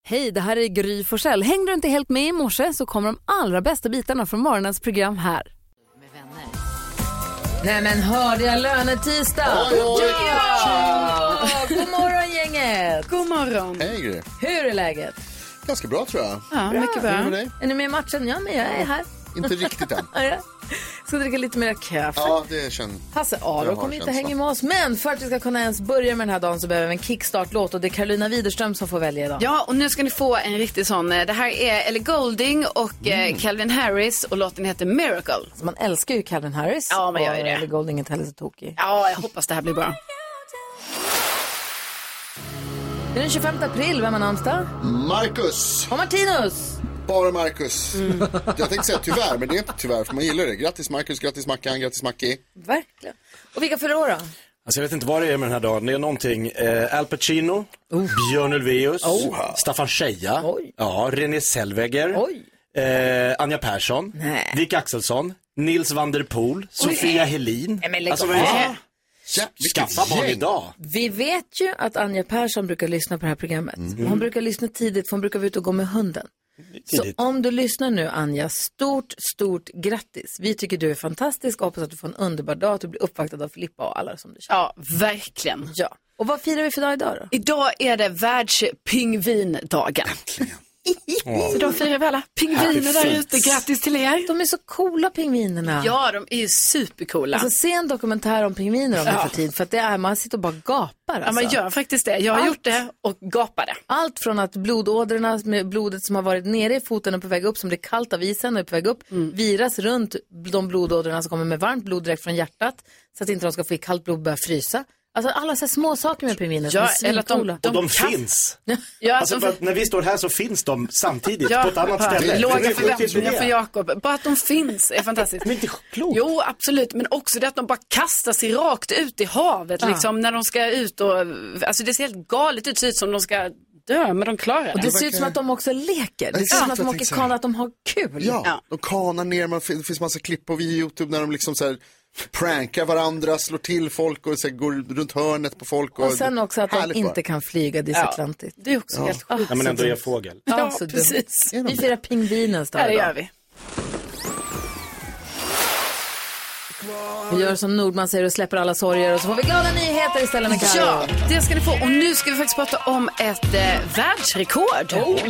Hej, det här är Gry Forssell. Hängde du inte helt med i morse så kommer de allra bästa bitarna från morgonens program här. Med vänner. Nej men hörde jag lönetisdag? Ja! God morgon gänget! God morgon. Hej Gry. Hur är läget? Ganska bra tror jag. Ja, mycket bra. Är ni med i matchen? Ja, men jag är här. Inte riktigt än. Ska dricka lite mer kaffe. Ja, det känns. Hasse Aro kommer inte hänga med oss. Men för att vi ska kunna ens börja med den här dagen så behöver vi en kickstart-låt. Och det är Carolina Widerström som får välja idag. Ja, och nu ska ni få en riktig sån. Det här är Ellie Goulding och Calvin Harris. Och låten heter Miracle. Så man älskar ju Calvin Harris. Ja, man gör ju det. Ellie Goulding är inte heller så tokig. Ja, jag hoppas det här blir bra. Det är den 25 april. Vem har namnsdag? Marcus. Och Martinus. Bara Marcus. Jag tänkte säga tyvärr, men det är inte tyvärr för man gillar det. Grattis Marcus, grattis Mackan, grattis Macki. Verkligen. Och vilka fyller år då? Alltså jag vet inte vad det är med den här dagen. Det är någonting. Al Pacino, Björn Ulvaeus, Staffan Scheja, ja, René Zellweger, Anja Persson, Dick Axelsson, Nils van der Poel, Sofia Helin. Alltså vad är det? Skaffa barn idag. Vi vet ju att Anja Persson brukar lyssna på det här programmet. Hon brukar lyssna tidigt för hon brukar vara ute och gå med hunden. Så om du lyssnar nu Anja, stort grattis. Vi tycker du är fantastisk och hoppas att du får en underbar dag. Att du blir uppvaktad av Filippa och alla som du känner. Ja, verkligen. Ja. Och vad firar vi för dag idag då? Idag är det världspingvindagen. Så då firar vi alla pingviner där ute. Grattis till er. De är så coola pingvinerna. Ja, de är ju supercoola. Alltså se en dokumentär om pingviner om det för tid. För att det är, man sitter och bara gapar. Alltså. Ja, man gör faktiskt det. Jag har gjort det och gapade. Allt från att blodådrorna med blodet som har varit nere i foten och på väg upp, som det är kallt av isen och är på väg upp, viras runt de blodådrorna som kommer med varmt blod direkt från hjärtat. Så att inte de ska få i kallt blod och börja frysa. Alltså alla så små saker med pingviner. Ja, eller att de finns. Ja, alltså för att när vi står här så finns de samtidigt på ett annat ställe. Låga förväntningar för Jakob. Bara att de finns är fantastiskt. Men inte klokt. Jo, absolut. Men också det att de bara kastar sig rakt ut i havet. Liksom, när de ska ut och... Alltså det ser helt galet ut. Det ser ut som de ska dö, men de klarar det. Och det ser ut som att de också leker. Det ser ut som att de åker kan, att de har kul. Ja, de kanar ner. Det finns massa klipp på YouTube när de liksom så här... prankar varandra, slår till folk och så går runt hörnet på folk. Och sen också att de inte kan flyga, det är så klantigt. Det är också helt sjukt. Ja, men ändå är fågel. Ja, så precis. Vi firar pingvinens dag. Ja, det gör vi. Vi gör som Nordman säger och släpper alla sorger och så får vi glada nyheter istället med Karo. Ja, det ska ni få. Och nu ska vi faktiskt prata om ett världsrekord.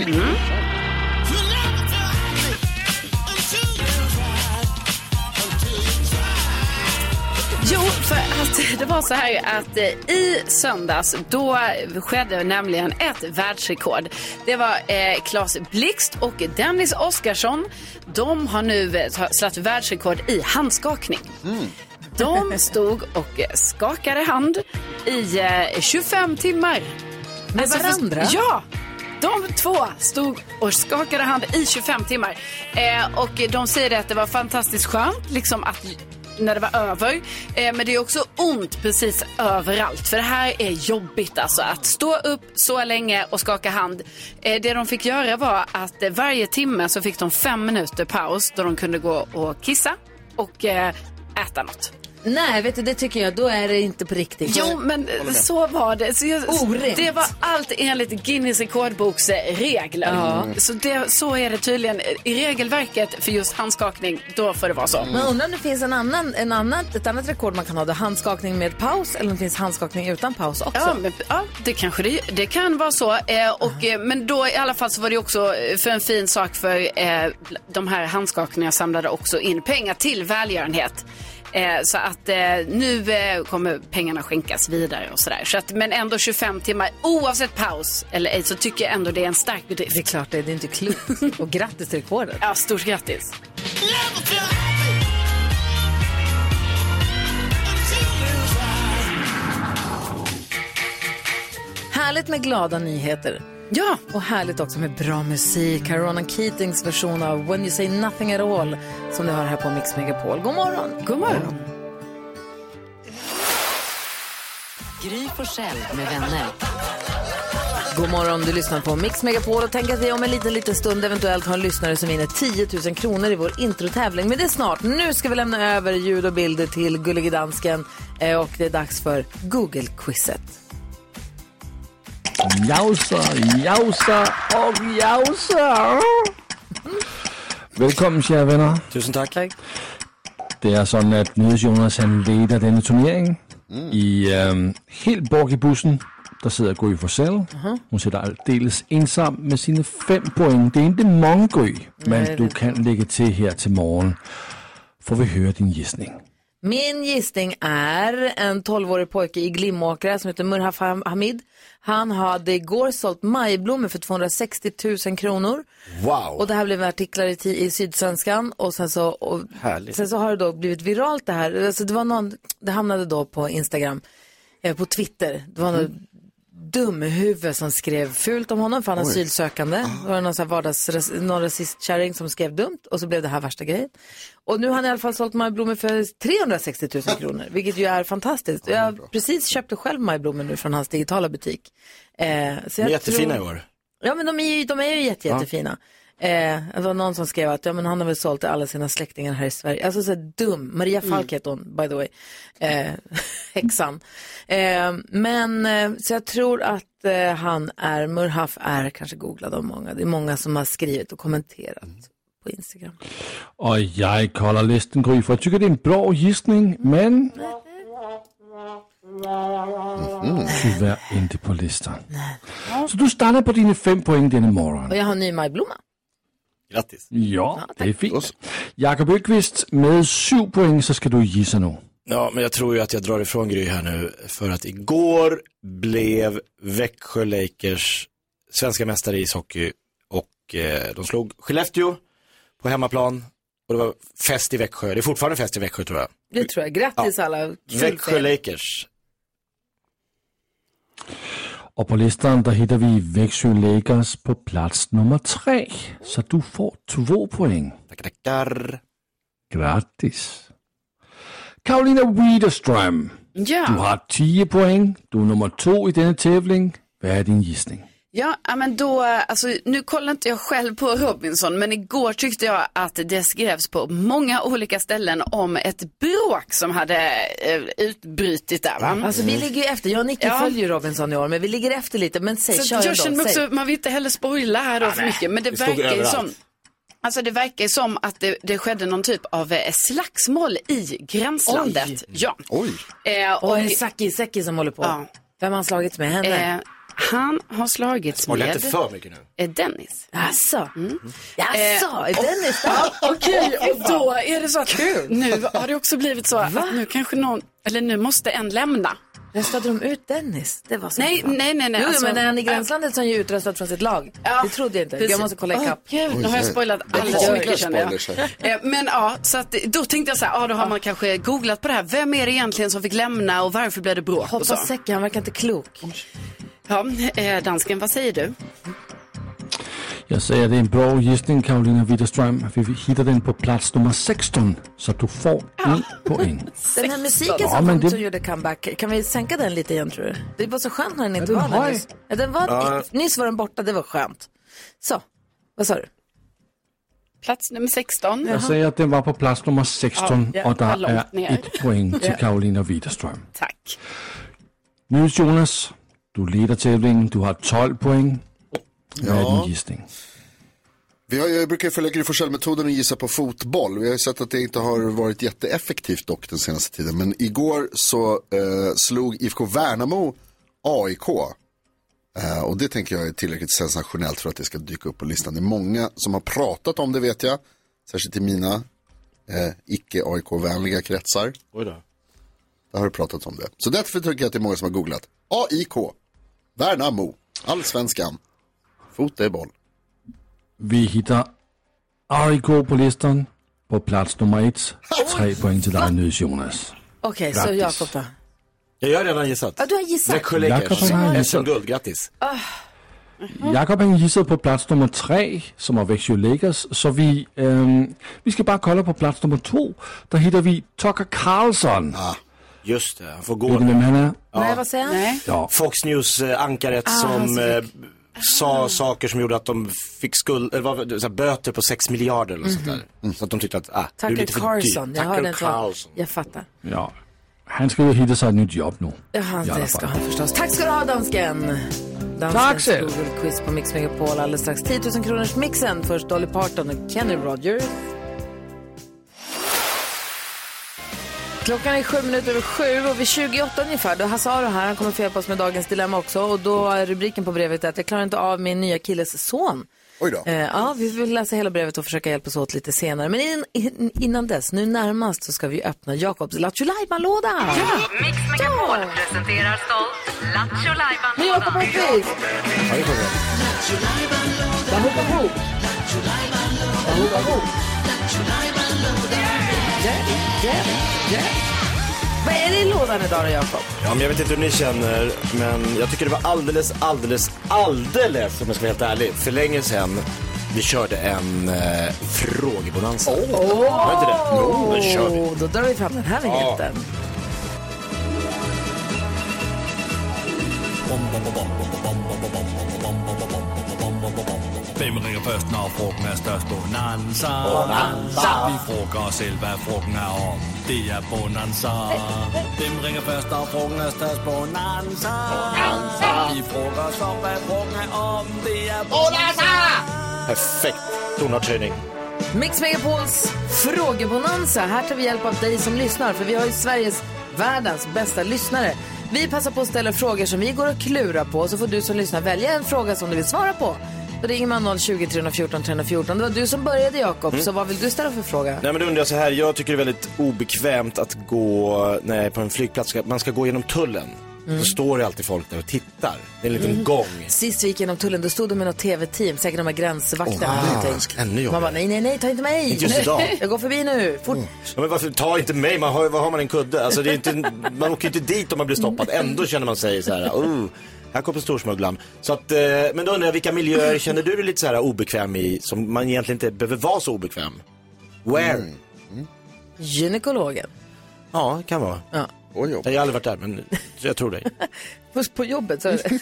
Jo, för att det var så här att i söndags då skedde nämligen ett världsrekord. Det var Claes Blixt och Dennis Oskarsson. De har nu satt världsrekord i handskakning. De stod och skakade hand i 25 timmar. Med varandra? Ja! De två stod och skakade hand i 25 timmar. Och de säger att det var fantastiskt skönt, liksom att när det var över. Men det är också ont precis överallt. För det här är jobbigt alltså. Att stå upp så länge och skaka hand. Det de fick göra var att varje timme så fick de 5 minuter paus. Då de kunde gå och kissa och äta något. Nej, vet du, det tycker jag, då är det inte på riktigt. Jo, men så var det. Så det var allt enligt Guinness rekordboks regler. Ja. Så är det tydligen i regelverket för just handskakning, då får det vara så. Men undrar om det finns ett annat rekord man kan ha, då handskakning med paus, eller om det finns handskakning utan paus också. Ja, det kanske det kan vara så. Men då i alla fall så var det också för en fin sak, för de här handskakningarna samlade också in pengar till välgörenhet. Så att nu kommer pengarna skänkas vidare och sådär. Så att, men ändå 25 timmar oavsett paus eller ej, så tycker jag ändå det är en stark bedrift. Det är klart det är inte klokt. Och grattis till rekordet. Ja, stort grattis. Härligt med glada nyheter. Ja, och härligt också med bra musik. Ronan Keatings version av When You Say Nothing At All, som ni har här på Mix Megapol. God morgon. God morgon. Gry Forssell med vänner. God morgon, du lyssnar på Mix Megapol och tänk att vi om en liten stund eventuellt har en lyssnare som vinner 10 000 kronor i vår introtävling. Men det är snart. Nu ska vi lämna över ljud och bilder till Gullige Dansken och det är dags för Google-quizet. Jausa och jausa. Välkommen, kära vänner. Tusen tack. Det är så att NyhetsJonas han leder denna turnering. I helt bak i bussen, där sitter Gry Forssell. Hon sitter alldeles ensam med sina 5 poäng. Det är inte många, Gry, men du kan lägga till här till morgon. Får vi höra din gissning? Min gissning är en 12-årig pojke i Glimåkra som heter Murhaf Hamid. Han hade igår sålt majblommor för 260 000 kronor. Wow. Och det här blev artiklar i Sydsvenskan. Och sen så har det då blivit viralt det här. Alltså det hamnade då på Instagram, på Twitter. Det var någon dumhuvud som skrev fult om honom för han är asylsökande. Det var någon sån här någon rasistkärring som skrev dumt och så blev det här värsta grejen. Och nu har han i alla fall sålt majblommor för 360 000 kronor, vilket ju är fantastiskt. Jag precis köpte själv majblommor nu från hans digitala butik. Så jag jättefina i år. Ja, men de är ju jättefina. Det var någon som skrev att han har väl sålt till alla sina släktingar här i Sverige. Alltså så dum. Maria Falk heter hon, by the way. Häxan. Så jag tror att Murhaf är kanske googlad av många. Det är många som har skrivit och kommenterat på Instagram. Och jag kollar listan, Gry, för jag tycker det är en bra gissning, men tyvärr inte på listan. Så du stannar på dina 5 poäng denna morgon. Och jag har en ny majblomma. Grattis. Ja, det är fint. Jakob Öqvist med 7 poäng, så ska du gissa nu. Ja, men jag tror ju att jag drar ifrån Gry här nu. För att igår blev Växjö Lakers svenska mästare i ishockey. Och de slog Skellefteå på hemmaplan. Och det var fest i Växjö. Det är fortfarande fest i Växjö, tror jag. Det tror jag. Grattis alla. Växjö Lakers. Och på listan där hittar vi Växjö Lakers på plats nummer 3. Så du får 2 poäng. Tackar. Grattis. Karolina Widerström. Ja. Du har 10 poäng. Du är nummer 2 i denna tävling. Vad är din gissning? Ja, men då, alltså nu kollar inte jag själv på Robinson, men igår tyckte jag att det skrevs på många olika ställen om ett bråk som hade utbrytit där, va? Alltså vi ligger ju efter, jag och Nicky följer ju Robinson i år, men vi ligger efter lite, men man vill inte heller spoila här då för mycket, men det verkar ju som... Alltså det verkar som att det skedde någon typ av slagsmål i gränslandet. Oj. Ja. Oj. Och en Saki som håller på. Ja. Vem har slagits med henne? Han har slagits med... inte för mycket nu. Dennis. Jaså? Jaså? Dennis där? Okej, och då är det så att nu har det också blivit så att nu kanske någon, eller nu måste en lämna. Röstade de ut Dennis? Det var så. Nej. Jo, alltså, men när han i gränslandet så är han ju utröstad från sitt lag. Ja, det trodde jag inte. Jag måste kolla ikapp. Gud, nu har jag spoilat alldeles mycket, känner jag. Men ja, så att då tänkte jag så här, då har man kanske googlat på det här. Vem är det egentligen som fick lämna och varför blev det bråk? Hoppas säkert, han verkar inte klok. Ja, dansken, vad säger du? Jag säger att det är en bra gissning, Karolina Widerström. Vi hittar den på plats nummer 16, så du får 1 poäng. Den här musiken som gjorde comeback, kan vi sänka den lite igen, tror du? Det var så skönt när den inte var där nyss. Nyss var den borta, det var skönt. Så, vad sa du? Plats nummer 16. Jag säger att den var på plats nummer 16 och där är 1 poäng till Karolina Widerström. Tack. Jag brukar följa Gry Forssell-metoden och gissa på fotboll. Vi har ju sett att det inte har varit jätteeffektivt dock den senaste tiden. Men igår så slog IFK Värnamo AIK. Och det tänker jag är tillräckligt sensationellt för att det ska dyka upp på listan. Det är många som har pratat om det, vet jag. Särskilt i mina icke-AIK-vänliga kretsar. Oj då. Där har det pratats om det. Så därför tycker jag att det är många som har googlat. AIK, Värnamo, Allsvenskan, fotboll. Vi hittar AIK på listan på plats nummer 1. 3 poäng till dig, NyhetsJonas. Okej, så Jakob då? Jag har redan gissat. Ja, du har gissat. Växjö Lakers, SM-guld, grattis. Jakob har gissat på plats nummer 3, som är Växjö Lakers. Så vi ska bara kolla på plats nummer 2. Där hittar vi Tucker Carlson. Just det, han får gå. Vet ni vem han är? Nej, vad säger han? Nej. Ja. Fox News-ankaret som sa saker som gjorde att de fick böter på 6 miljarder eller sånt där. Så att de tyckte att det är lite för Carlson. dyrt. Jag hörde inte. Jag fattar. Ja. Han ska ju hitta sig ett nytt jobb nu. Ja, det ska han förstås. Tack ska du ha, dansken. Danskens Google-quiz på Mix Megapol. Alldeles strax 10 000 kronors mixen. Först Dolly Parton och Kenny Rogers. Klockan är 7:07 och vid 28 ungefär. Då är Hasse Aro här. Han kommer få hjälpa oss med dagens dilemma också. Och då är rubriken på brevet att jag klarar inte av min nya killes son. Oj då. Ja, vi vill läsa hela brevet och försöka hjälpas åt lite senare. Men innan dess, nu närmast så ska vi öppna Jakobs Lattjo Lajban-låda. Ja! Mix Megapol presenterar stolt Lattjo Lajban-lådan. Men Jakob har pris! Ja, det får vi. Jag hoppar ihop. Vad är det i lådan idag då, Jakob? Ja, men jag vet inte hur ni känner, men jag tycker det var alldeles, om jag ska vara helt ärlig, för länge sedan vi körde en frågebonanza. Var inte det? Jo, då kör vi. Då drar vi fram den här vignetten. Hvem ringer først, når frugten er størst? Bonanza. Vi frågar oss selv, hvad frugten er om. Det er bonanza. Hvem ringer først, når frugten er størst? Bonanza. Vi frågar oss om, hvad frugten er om. Det er bonanza. Perfekt tonartshöjning. Mix Megapols frågebonanza. Här tar vi hjälp av dig som lyssnar, för vi har ju världens bästa lyssnare. Vi passar på att ställa frågor som vi går och klura på, så får du som lyssnar välja en fråga som du vill svara på. Då ringer man 020 314 314. Det var du som började, Jakob, så vad vill du ställa för fråga? Nej, men då undrar jag så här, jag tycker det är väldigt obekvämt att gå på en flygplats. Man ska gå genom tullen. Så står det alltid folk där och tittar. Det är en liten gång. Sist vi gick genom tullen, då stod de med något tv-team, säkert de här gränsvakterna. Man bara, nej, ta inte mig. Inte just idag. Jag går förbi nu, fort. Ja, men varför, ta inte mig, vad har man en kudde? Alltså, det är inte, man åker inte dit om man blir stoppad. Ändå känner man sig så här, här kommer storsmugglaren. Så att, men då undrar jag, vilka miljöer känner du dig lite så här obekväm i, som man egentligen inte behöver vara så obekväm? Where? Gynekologen. Ja, det kan vara. Ja. Jag har aldrig varit där, men jag tror dig. Först på jobbet så är det.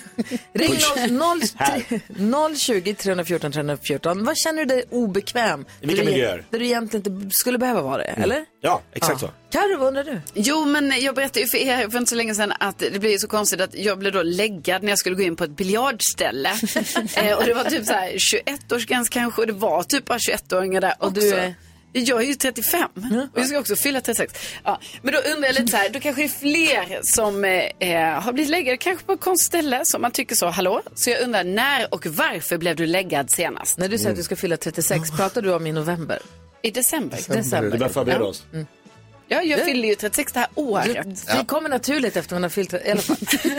Ring 020 314 314. Vad känner du dig obekväm? Vilka miljöer? Där du egentligen inte skulle behöva vara det, eller? Ja, exakt så. Karo, vad undrar du? Jo, men jag berättade ju för er för inte så länge sedan att det blev så konstigt att jag blev då läggad när jag skulle gå in på ett biljardställe. Och det var typ så här 21-årsgräns kanske, och det var typ bara 21-åringar där också. Och du är... Jag är ju 35 och jag ska också fylla 36. Ja, men då undrar jag lite så här, då kanske det är fler som har blivit läggade kanske på ett konstställe som man tycker så, hallå? Så jag undrar, när och varför blev du läggad senast? När du säger att du ska fylla 36, pratar du om i november? I december. Det börjar förbereda oss. Ja, jag fyller ju 36 det här året. Det kommer naturligt efter man har fyllt i alla fall.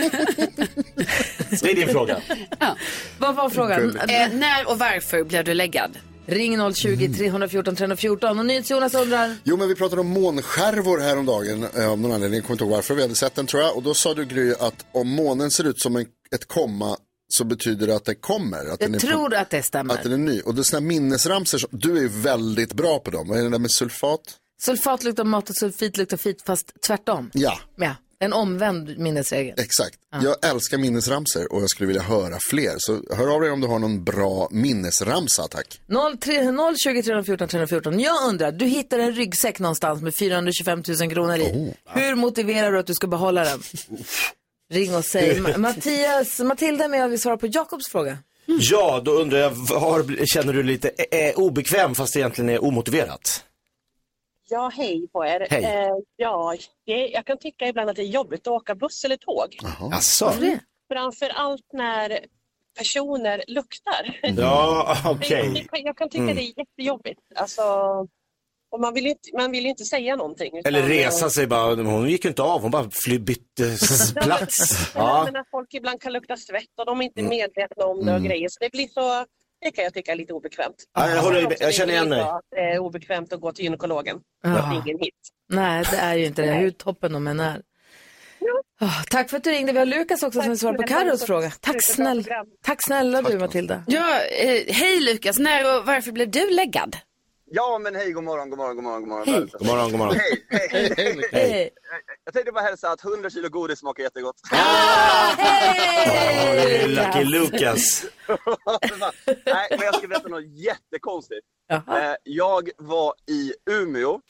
Det är din fråga. Ja. Vad var frågan? När och varför blev du läggad? Ring 020 314 314. Och Jonas undrar... Jo, men vi pratade om månskärvor häromdagen. Om någon anledning, jag kommer inte ihåg varför vi hade sett den, tror jag. Och då sa du, Gry, att om månen ser ut som ett komma, så betyder det att det kommer. Att jag tror att det stämmer. Att den är ny. Och det är såna minnesramser, du är ju väldigt bra på dem. Vad är det där med sulfat? Sulfat luktar mat och sulfit luktar fit, fast tvärtom. Ja. En omvänd minnesregel. Exakt. Ja. Jag älskar minnesramser och jag skulle vilja höra fler. Så hör av dig om du har någon bra minnesramsa, tack. 020 314 314. Jag undrar, du hittar en ryggsäck någonstans med 425 000 kronor i. Hur motiverar du att du ska behålla den? Ring och säg. Matilda med och vi svarar på Jakobs fråga. Ja, då undrar jag, känner du lite obekväm fast det egentligen är omotiverat? Ja, hej på er. Hej. Jag kan tycka ibland att det är jobbigt att åka buss eller tåg. Asså? Framför allt när personer luktar. Ja, okej. Jag kan tycka det är jättejobbigt. Alltså, och man vill ju inte säga någonting. Eller resa sig bara, hon gick inte av, hon bara bytte plats. Ja. Men att folk ibland kan lukta svett och de är inte medvetna om det och grejer. Så det blir så... Det kan jag tycka är lite obekvämt. Jag känner igen mig. Det är obekvämt att gå till gynekologen. Ingen hit. Nej, det är ju inte det. Hur toppen de än är. Tack för att du ringde. Vi har Lukas också som svarar på Carros fråga. Tack snälla du, Matilda. Ja, hej Lukas. När och varför blev du läggad? Ja, men hej, god morgon. Hej. God morgon. Hej. Jag tänkte bara hälsa att 100 kilo godis smakar jättegott. Hej! Lucky Lukas. Nej, men jag ska berätta något jättekonstigt. Jag var i Umeå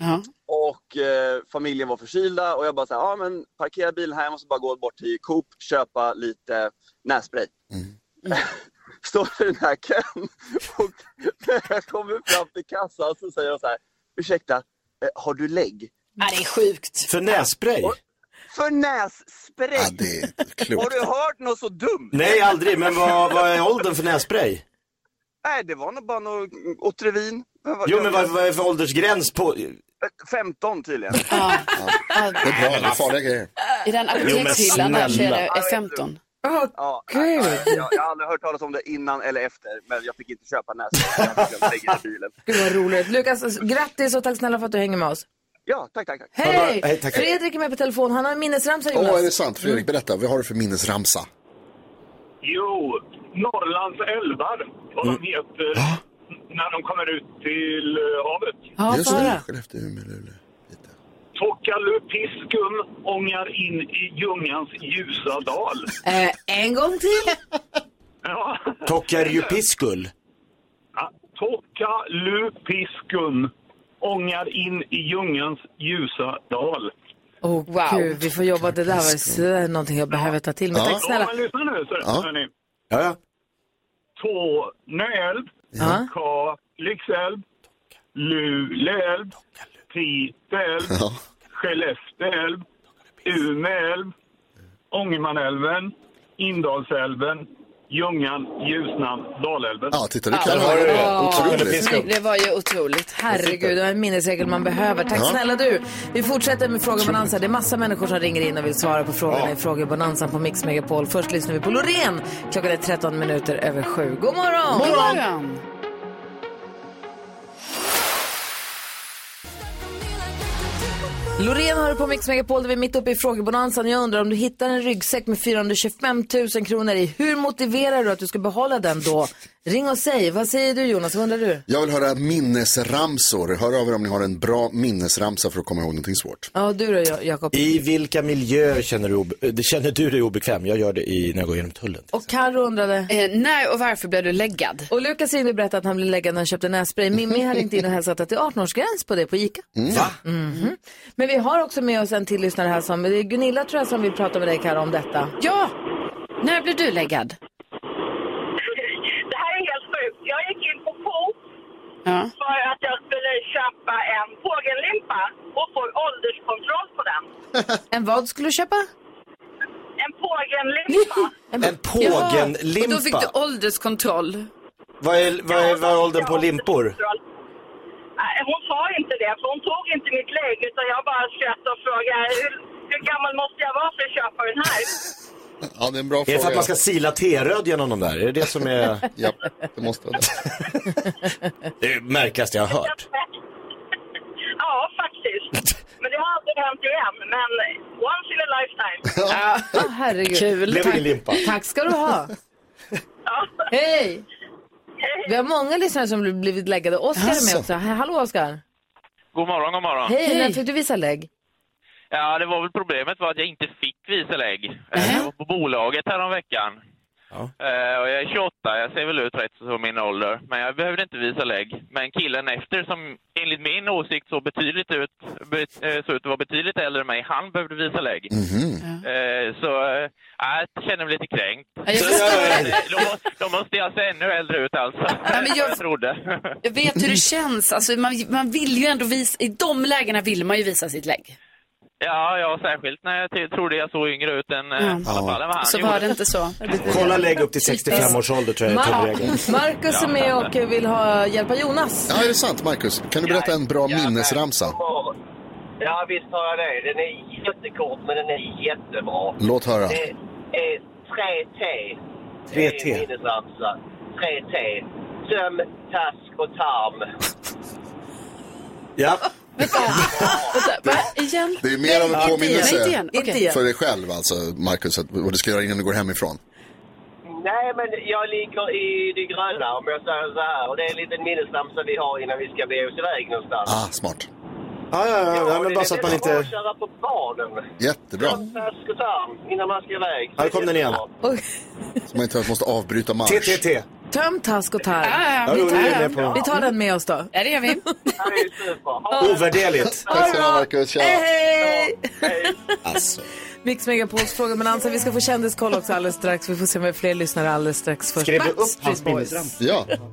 Och familjen var förkylda och jag bara så här, men parkera bilen här, jag måste bara gå bort till Coop, köpa lite nässpray. Står i den här kön och när jag kommer fram till kassan så säger jag så här, ursäkta, har du lägg? Ja, det är sjukt. För nässpray? För nässpray? Ja, det är klokt. Har du hört något så dumt? Nej, aldrig. Men vad är åldern för nässpray? Nej, det var nog bara något Otrivin. Jo, men vad är för åldersgräns på... 15 tydligen. Det är bra, det är farliga grejer. I den apotekshyllan där så är det 15. Jag har aldrig hört talas om det innan eller efter, men jag fick inte köpa nässpray. Jag fick lägga i bilen. Gud vad roligt. Lukas, grattis och tack snälla för att du hänger med oss. Ja, tack. Hej! Fredrik är med på telefon. Han har en minnesramsa, Jonas. Är det sant? Fredrik, berätta. Vad har du för minnesramsa? Jo, Norrlands älvar. Vad de heter när de kommer ut till havet. Ja, just det. Skellefteå, Luleå. Tokkalupiskum ångar in i Ljungans ljusa dal. En gång till. Ja. Tokkalupiskul. Ja, Tokkalupiskum ångar in i Ljungans ljusa dal. Wow. Gud, vi får jobba. Det där var någonting jag behöver ta till mig. Tack snälla. Men lyssna nu, så hörni. Ja. Torneälv, Kalixälv, Luleälv, Piteälv, Skellefteälv, Umeälv, Ångermanälven, Indalsälven, Ljungan, Ljusnan, Dalälven. Ja, titta, det kan vara otroligt. Det var ju otroligt. Herregud, det är en minnesregel man behöver. Tack snälla du. Vi fortsätter med Frågebonanza. Det är massa människor som ringer in och vill svara på frågorna i Frågebonanza på Mix Megapol. Först lyssnar vi på Loreen. Klockan är 7:13. God morgon! God morgon! Loreen har du på Mix Megapol, där vi är mitt uppe i Frågebonanzan. Jag undrar om du hittar en ryggsäck med 425 000 kronor i. Hur motiverar du att du ska behålla den då? Ring och säg. Vad säger du, Jonas? Vad undrar du? Jag vill höra minnesramsor. Hör av er om ni har en bra minnesramsa för att komma ihåg någonting svårt. Ja, du då, Jakob? I vilka miljöer känner du dig obekväm? Jag gör det när jag går genom tullen. Och Karo undrade? När och varför blev du läggad? Och Lukas ringde och berättade att han blev läggad när han köpte nässpray. Mimmi har ringt in och hälsat att det är 18-årsgräns på det på Ica. Va? Mm-hmm. Men vi har också med oss en till lyssnare här som, det är Gunilla tror jag som vill prata med dig, Karo, om detta. Ja! När blev du läggad? Jag gick in på Coop för att jag skulle köpa en fågellimpa och få ålderskontroll på den. En vad skulle du köpa? En fågellimpa. En pågenlimpa? Och då fick du ålderskontroll. Vad är åldern på limpor? Hon sa inte det, för hon tog inte mitt lägg, utan jag bara skrattade och frågade hur gammal måste jag vara för att köpa den här? Ja, det är en bra fråga. Är det för att man ska sila teröd genom de där? Är det som är... Ja, det måste vara det. Det är det märkligaste jag har hört. Ja, faktiskt. Men det har aldrig hänt igen. Men once in a lifetime. Herregud. Kul. Blev ingen limpa. Tack ska du ha. Hej! Vi har många lyssnare som blivit läggade. Oskar är med också. Hallå, Oskar. God morgon, god morgon. Hej, när fick du visa lägg? Ja, det var väl problemet var att jag inte fick visa lägg. Jag var på bolaget här om veckan. Och jag är 28, jag ser väl ut rätt så min ålder. Men jag behövde inte visa lägg. Men killen efter som enligt min åsikt såg ut att vara betydligt äldre än mig, han behövde visa lägg. Så jag känner mig lite kränkt. Då måste jag se ännu äldre ut alltså. Jag trodde. Jag vet hur det känns. Alltså, man vill ju ändå visa, i de lägena vill man ju visa sitt lägg. Ja, särskilt när jag trodde jag såg yngre ut än alla fall än vad han så gjorde. Var det inte så. Kolla lägg upp till 65 års ålder tror jag är tumregeln. Marcus är med och vill hjälpa Jonas. Ja, är det sant, Marcus? Kan du berätta en bra minnesramsa? Ja, visst har jag det. Den är jättekort, men den är jättebra. Låt höra. Det är 3T. 3T? Minnesramsa. 3T. Söm, task och tarm. Ja. Vänta, igen? Det är mer av en påminnelse Okay. för dig själv, alltså, Marcus, vad du ska göra innan du går hemifrån. Nej, men jag ligger i det gröna, om jag säger så här. Och det är en liten minnesramsa vi har innan vi ska bege oss iväg någonstans. Ah, smart. Ja, men bara så att man inte... att köra på baden. Jättebra. Task och tarm innan man ska iväg. Här kom den igen. Så man inte måste avbryta marsch. TTT. Töm, task och tarm. Vi tar den med oss då. Ja, det gör vi. Ovärderligt. Tack så mycket. Hej! Alltså. Mix Megapols fråga Bonanza. Vi ska få kändiskoll också alldeles strax. Vi får se med fler lyssnare alldeles strax. Först Skrev du upp Backstreet hans Boys. minnesram? Ja.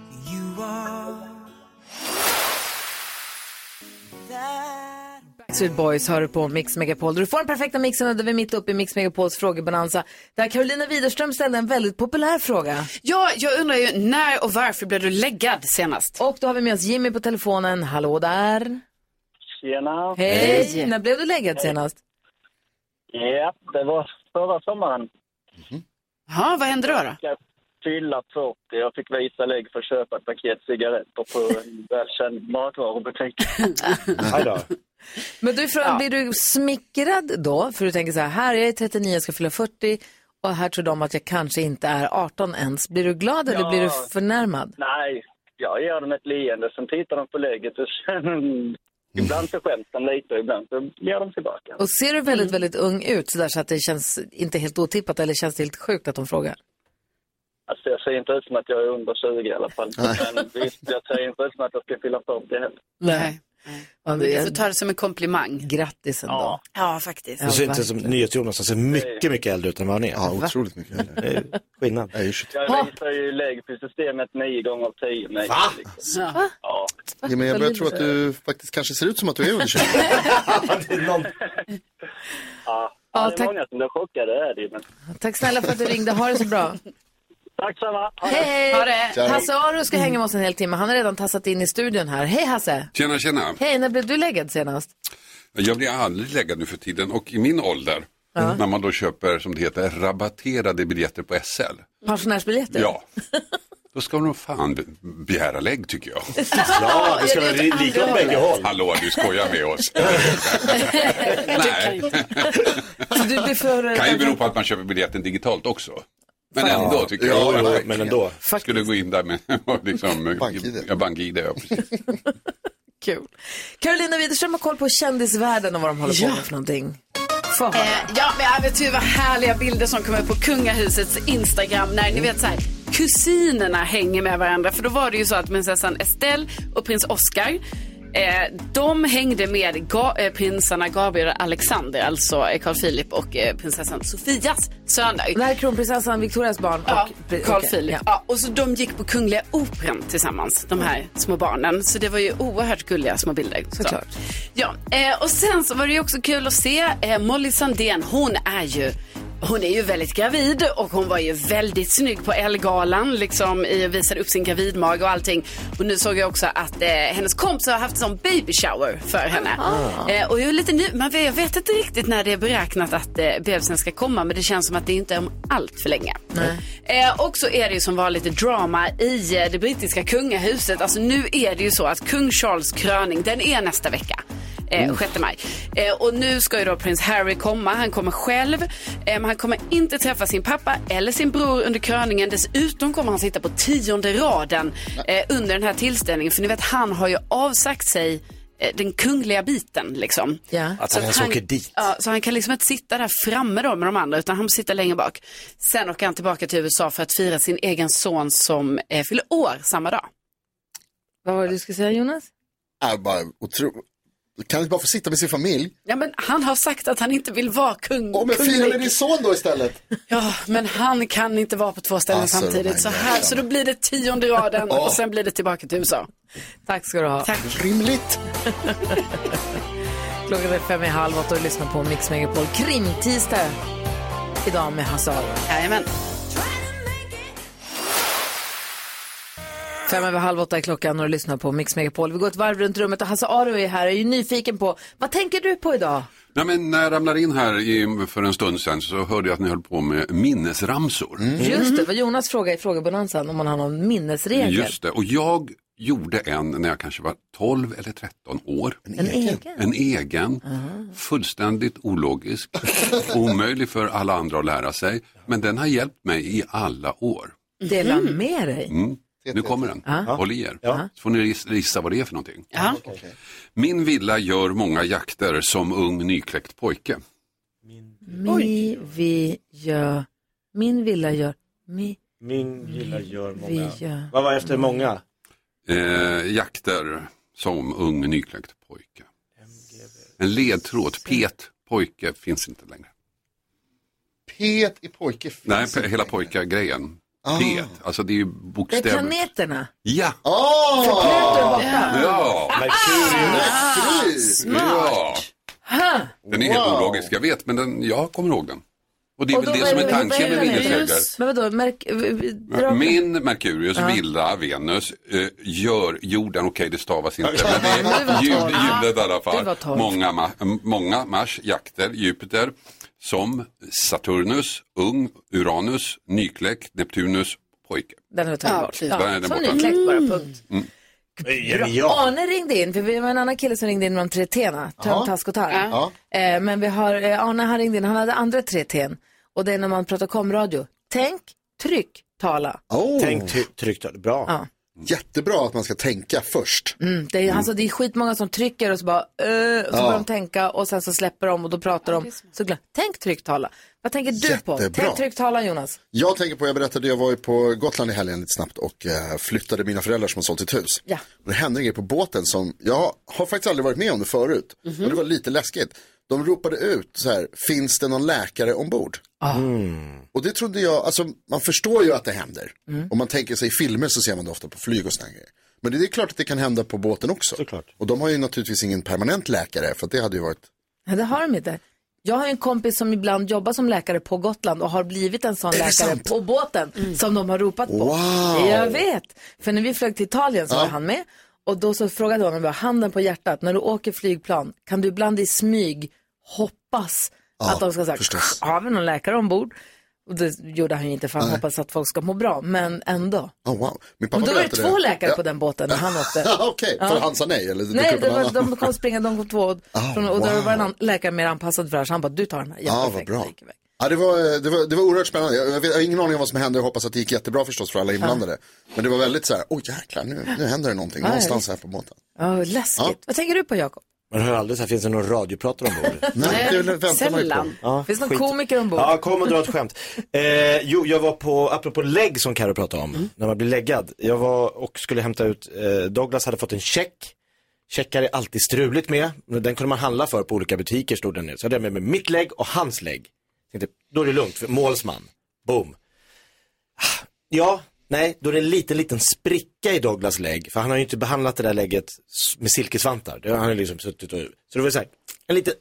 Backstreet Boys hör på Mix Megapol. Du får den perfekta mixen där vi är mitt uppe i Mix Megapols frågebonanza. Där Carolina Widerström ställde en väldigt populär fråga. Ja, jag undrar ju när och varför blev du läggad senast? Och då har vi med oss Jimmy på telefonen. Hallå där. Tjena. Hej. När blev du läggad senast? Ja, det var förra sommaren. Ja, vad hände då? Jag fylla 40. Jag fick visa lägg för att köpa ett paket cigaretter på en välkänd matvarubutik. Men blir du smickrad då? För du tänker så här jag är 39, jag ska fylla 40 och här tror de att jag kanske inte är 18 ens. Blir du glad eller blir du förnärmad? Nej, jag ger dem ett leende, sen tittar de på lägget och ibland så skäms de lite och ibland så ger de tillbaka. Och ser du väldigt, väldigt ung ut så att det känns inte helt otippat eller känns det helt sjukt att de frågar? Alltså jag ser inte ut som att jag är under 20 i alla fall. Men visst, jag ser inte ut som att jag ska fylla 40 heller. Nej. Du får ta det som en komplimang. Grattis ändå. Ja, faktiskt. Det ser inte som NyhetsJonas, han ser mycket äldre ut än vad han är. Ja, otroligt mycket äldre. Det är skillnad. Jag visar ju lägg på systemet 9 gånger 10. Va? Ja. Ja, men jag börjar tro att du faktiskt kanske ser ut som att du är under 20. Ja, det är många som blir chockade, är det. Men... Tack snälla för att du ringde, ha det så bra. Tack samma. Hej! Ha det. Hasse Aro ska hänga med oss en hel timme. Han har redan tassat in i studion här. Hej Hasse! Tjena. Hej, när blev du läggad senast? Jag blir aldrig läggad nu för tiden och i min ålder, när man då köper, som det heter, rabatterade biljetter på SL. Pensionärsbiljetter? Ja. Då ska man nog fan begära lägg, tycker jag. Ja, det ska vara lika åt bägge håll. Hallå, du skojar med oss. Nej. Kan ju bero på att man köper biljetten digitalt också. Men ändå tycker jag. Ja, men ändå. Skulle gå in där med liksom, bank-ID. Ja, precis. Kul. Carolina Widerström har koll på kändisvärlden och vad de håller på med för någonting. Ja, men jag vet ju vad härliga bilder som kommer på kungahusets Instagram när ni vet så här, kusinerna hänger med varandra. För då var det ju så att prinsessan Estelle och prins Oscar, de hängde med prinsarna Gabriel och Alexander, alltså Carl Philip och prinsessan Sofias söner. Det här är kronprinsessan Victorias barn och Carl Philip. Ja, och så de gick på Kungliga Operan tillsammans, de här små barnen. Så det var ju oerhört gulliga små bilder. Såklart. Ja, och sen så var det ju också kul att se Molly Sandén, hon är ju väldigt gravid och hon var ju väldigt snygg på Ellegalan, liksom visade upp sin gravidmag och allting. Och nu såg jag också att hennes kompis har haft sån baby shower för henne. Och jag är lite jag vet inte riktigt när det är beräknat att bebisen ska komma, men det känns som att det inte är om allt för länge. Och så är det ju som var lite drama i det brittiska kungahuset. Alltså nu är det ju så att kung Charles kröning, den är nästa vecka. 6 maj. Och nu ska ju då prins Harry komma. Han kommer själv. Men han kommer inte träffa sin pappa eller sin bror under kröningen. Dessutom kommer han sitta på 10:e raden under den här tillställningen. För ni vet, han har ju avsagt sig den kungliga biten liksom. Ja. Att han åker dit. Ja, så han kan liksom inte sitta där framme då med de andra, utan han sitter längre bak. Sen åker han tillbaka till USA för att fira sin egen son som fyller år samma dag. Vad var det du skulle säga, Jonas? Bara kan inte bara få sitta med sin familj? Ja, men han har sagt att han inte vill vara kung. Men fira med din son då istället. Ja, men han kan inte vara på 2 ställen samtidigt. Så då blir det 10:e raden och sen blir det tillbaka till USA. Tack ska du ha. Tack. Rimligt. Klockan är 7:30 och lyssnar på Mix Megapol Krimtisdag idag med Hasse Aro. Jajamän. 7:30 är klockan och du lyssnar på Mix Megapol. Vi går ett varv runt rummet och Hasse Aro är här och är ju nyfiken på, vad tänker du på idag? Nej, men när jag ramlade in här för en stund sedan så hörde jag att ni höll på med minnesramsor. Just det, vad Jonas frågade i frågebonanzan om man har någon minnesregel. Just det, och jag gjorde en när jag kanske var 12 eller 13 år. En egen. Fullständigt ologisk. Omöjlig för alla andra att lära sig. Men den har hjälpt mig i alla år. Dela med dig. Nu kommer den. Håll i er. Så får ni gissa vad det är för någonting. Min villa gör många jakter som ung nykläckt pojke. Min villa gör Min gillar gör många. Vad var efter många? Jakter som ung nykläckt pojke. En ledtråd, pet, pojke finns inte längre. Pet i pojke finns Nej, inte hela pojka-grejen. Pet, alltså det är ju bokstäver. Det är planeterna. Ja. För Pluto är borta. Ja. Merkurius. Ja. Den är helt ologisk, jag vet, men jag kommer ihåg den. Och det är väl det som är tanken med minnesregler. Men vadå? Min Merkurius, vilda Venus, gör jorden, okej, det stavas inte, men det är ljudet i alla fall. Många Mars, jakter, Jupiter, som Saturnus, ung, Uranus, nykläckt, Neptunus, pojke. Den har tagit bort. Som nykläckt bara, punkt. Ja. Arne ringde in, för vi var en annan kille som ringde in med de 3 T:na, Töm, Task och Tarm. Men vi har, Arne han ringde in, han hade andra 3 T:n. Och det är när man pratar komradio. Tänk, tryck, tala. Tänk, tryck, tala. Bra. Ja. Jättebra att man ska tänka först. Det är, alltså, det är skitmånga som trycker och så bara och så börjar de tänka och sen så släpper de och då pratar de. Så tänk, tryck, tala. Vad tänker du på? Tänk, tryck, tala, Jonas. Jag tänker på, jag berättade, jag var ju på Gotland i helgen lite snabbt och flyttade mina föräldrar som har sålt ett hus. Ja. Och det hände en grej på båten som, jag har faktiskt aldrig varit med om det förut. Och det var lite läskigt. De ropade ut så här, finns det någon läkare ombord? Och det trodde jag, alltså man förstår ju att det händer. Om man tänker sig i filmer så ser man det ofta på flyg och såna grejer. Men det är klart att det kan hända på båten också. Såklart. Och de har ju naturligtvis ingen permanent läkare, för att det hade ju varit... Nej, det har de inte. Jag har en kompis som ibland jobbar som läkare på Gotland och har blivit en sån läkare på båten som de har ropat på. Wow. Jag vet. För när vi flög till Italien så var han med. Och då så frågade honom, handen på hjärtat, när du åker flygplan, kan du ibland i smyg hoppas att de ska säga, har vi någon läkare ombord? Och det gjorde han ju inte, för han hoppas att folk ska må bra, men ändå. Wow. Min pappa men då var det 2 läkare på den båten när han åkte. Okej, för han sa nej? Eller nej, de kom springa, de kom 2 och då var en läkare mer anpassad för det här, så han bara, du tar den här. Ja, vad bra. Ja, det var oerhört spännande. Jag har ingen aning om vad som hände. Jag hoppas att det gick jättebra förstås för alla inblandade. Men det var väldigt så här, jäklar, nu händer det någonting någonstans här på båten. Läskigt. Vad tänker du på, Jakob? Man hör aldrig så här, finns det någon radiopratare ombord? Nej, sällan. Finns det någon komiker ombord? Ja, kom och dra ett skämt. Jag var på, apropå lägg som Karo pratade om, när man blir läggad. Jag var och skulle hämta ut, Douglas hade fått en check. Checkar är alltid struligt med. Den kunde man handla för på olika butiker, stod den nu. Så hade jag med mig mitt lägg och hans lägg. Tänkte, då är det lugnt, för målsman. Boom. Ja, nej, då är det en liten spricka i Douglas lägg. För han har ju inte behandlat det där lägget med silkesvantar. Det har han liksom suttit och... Så det var så här, en liten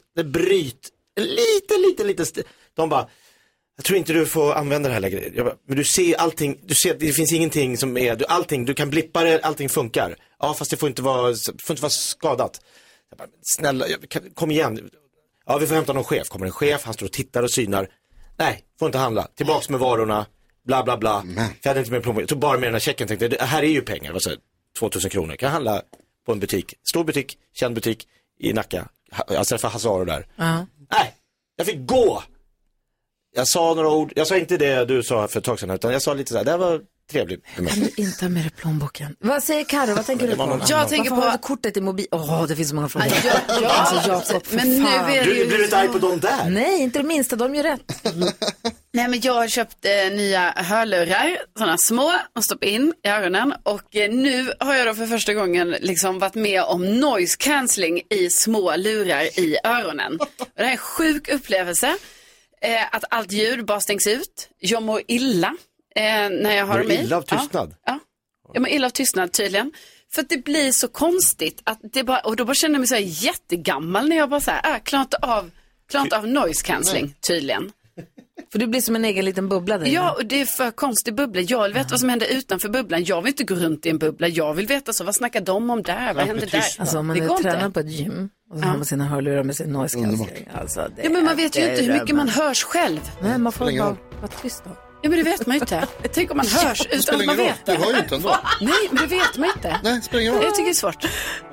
de bara, jag tror inte du får använda det här lägget. Jag bara, men du ser allting, det finns ingenting som är, allting, du kan blippa det, allting funkar. Ja, fast det får inte vara skadat. Jag bara, snälla, kom igen. Ja, vi får hämta någon chef. Kommer en chef, han står och tittar och synar. Nej, får inte handla. Tillbaks med varorna, bla bla bla. För jag hade inte med plånbok. Jag tog bara med den här checken. Tänkte, det här är ju pengar. Vad säger 2000 kronor. Kan jag handla på en butik. Stor butik, känd butik i Nacka. Jag träffade Hazaro där. Nej, jag fick gå. Jag sa några ord. Jag sa inte det du sa för ett tag sedan, utan jag sa lite så här, det här var trevligt. Kan du inte ha med dig plånboken? Vad säger Karo? Vad tänker du på? Jag tänker på... Varför har du kortet i mobil? Det finns så många frågor. Men nu är det du blir inte arg på dem där? Nej, inte det minsta. De gör rätt. Nej, men jag har köpt nya hörlurar, sådana små, och stoppat in i öronen. Och nu har jag då för första gången liksom varit med om noise cancelling i små lurar i öronen. Och det här är en sjuk upplevelse. Att allt ljud bara stängs ut. Jag mår illa när jag har dem i. Illa av tystnad? Ja, jag mår illa av tystnad tydligen. För att det blir så konstigt att det bara, och då bara känner jag mig så här jättegammal när jag bara så här, klarat av noise cancelling tydligen. För du blir som en egen liten bubbla där. Ja, och det är för konstig bubbla. Jag vill veta vad som händer utanför bubblan. Jag vill inte gå runt i en bubbla. Jag vill veta så, vad snackar de om där? Vad händer där? Alltså om man är tränad på ett gym och så har man sina hörlurar med sin noise cancelling. Alltså, ja, men man vet ju inte hur mycket man hörs själv. Nej, man får bara vara tyst då. Ja, men det vet man ju inte. Tänk om man hörs utan att man vet det. Du hör ju inte ändå. Nej, men det vet man inte. Nej, spelar ingen roll. Jag tycker det är svårt.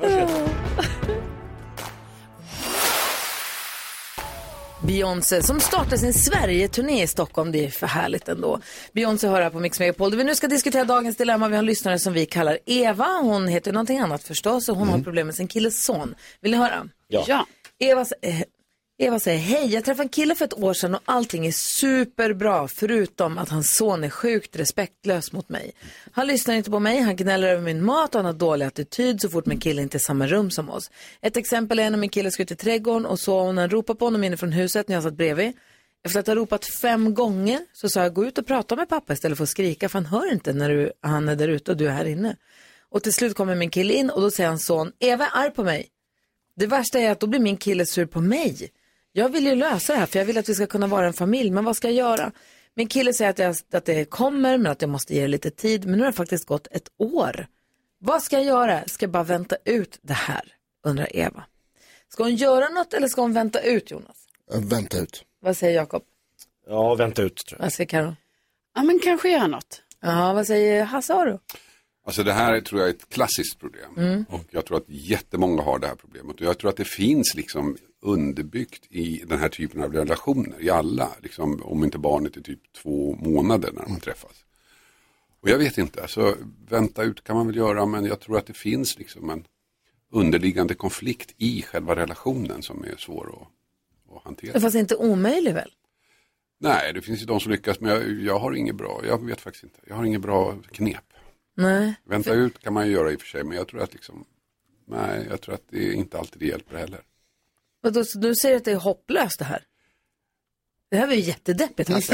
Beyoncé som startar sin Sverige-turné i Stockholm. Det är för härligt ändå. Beyoncé hör här på Mix Megapol. Vi nu ska diskutera dagens dilemma. Vi har en lyssnare som vi kallar Eva. Hon heter någonting annat förstås och hon har problem med sin killes son. Vill ni höra? Ja. Eva säger, hej, jag träffade en kille för ett år sedan och allting är superbra förutom att hans son är sjukt respektlös mot mig. Han lyssnar inte på mig, han gnäller över min mat och han har dålig attityd så fort min kille inte är i samma rum som oss. Ett exempel är när min kille ska ut i trädgården och så hon ropar på honom inifrån huset när jag satt bredvid. Efter att ha ropat 5 gånger så sa jag, gå ut och prata med pappa istället för att skrika för han hör inte när han är där ute och du är här inne. Och till slut kommer min kille in och då säger hans son, Eva är arg på mig. Det värsta är att då blir min kille sur på mig. Jag vill ju lösa det här för jag vill att vi ska kunna vara en familj. Men vad ska jag göra? Min kille säger att det kommer men att jag måste ge det lite tid. Men nu har det faktiskt gått 1 år. Vad ska jag göra? Ska jag bara vänta ut det här? Undrar Eva. Ska hon göra något eller ska hon vänta ut, Jonas? Vänta ut. Vad säger Jakob? Ja, vänta ut tror jag. Vad säger Karo? Ja, men kanske göra något. Ja, vad säger Hasse Aro? Alltså det här tror jag är ett klassiskt problem. Och jag tror att jättemånga har det här problemet. Och jag tror att det finns liksom underbyggt i den här typen av relationer. I alla, liksom, om inte barnet är typ 2 månader när de träffas. Och jag vet inte, alltså vänta ut kan man väl göra. Men jag tror att det finns liksom en underliggande konflikt i själva relationen som är svår att hantera. Det fast inte omöjligt väl? Nej, det finns ju de som lyckas. Men jag har inget bra, jag vet faktiskt inte. Jag har inget bra knep. Nej. Vänta ut kan man ju göra i och för sig, men jag tror att jag tror att det inte alltid det hjälper heller. Och då, du säger att det är hopplöst det här? Det här var ju jättedeppigt. Alltså.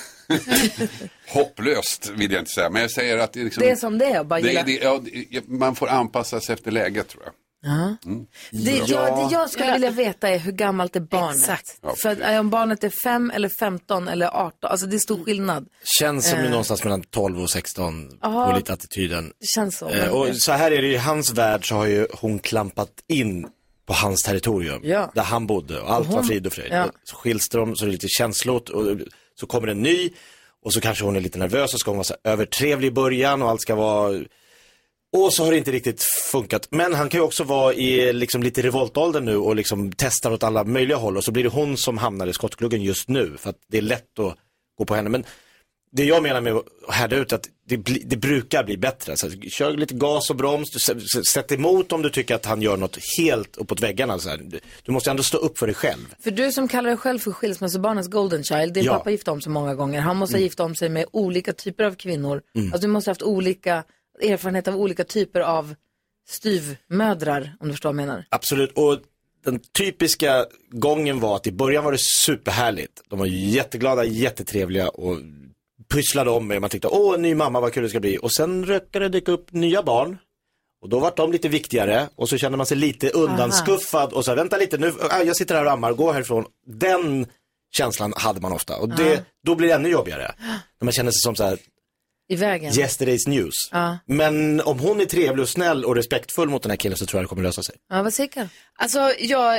Hopplöst vill jag inte säga, men jag säger att det är liksom... Det är som det är, bara man får anpassa sig efter läget tror jag. Ja. Det jag skulle vilja veta är hur gammalt är barnet. Exakt. För att, om barnet är 5 eller 15 eller 18, alltså det är stor skillnad. Känns som någonstans mellan 12 och 16 på lite attityden. Det känns så. Och så här är det i hans värld så har ju hon klampat in på hans territorium där han bodde och allt var frid och fröjd. Så skiljs de så är det lite känslot och så kommer en ny och så kanske hon är lite nervös och ska hon vara så övertrevlig i början och allt ska vara... Och så har det inte riktigt funkat. Men han kan ju också vara i liksom lite revoltåldern nu och liksom testar åt alla möjliga håll. Och så blir det hon som hamnar i skottgluggen just nu. För att det är lätt att gå på henne. Men det jag menar med att härda ut att det brukar bli bättre. Så kör lite gas och broms. Sätt emot om du tycker att han gör något helt uppåt väggarna. Så här. Du måste ändå stå upp för dig själv. För du som kallar dig själv för skilsmässobarnens golden child. Din pappa gifte om sig många gånger. Han måste ha gift om sig med olika typer av kvinnor. Alltså du måste ha haft olika... erfarenhet av olika typer av styvmödrar, om du förstår vad jag menar. Absolut, och den typiska gången var att i början var det superhärligt. De var jätteglada, jättetrevliga och pysslade om mig. Man tyckte, en ny mamma, vad kul det ska bli. Och sen rökade det dyka upp nya barn. Och då var de lite viktigare. Och så kände man sig lite undanskuffad. Och så vänta lite, nu, jag sitter här och ammar, gå härifrån. Den känslan hade man ofta. Och då blir det ännu jobbigare. När man känner sig som så här... i vägen. Yesterday's news. Men om hon är trevlig och snäll och respektfull mot den här killen så tror jag det kommer lösa sig. Ja, vad säger du? Alltså,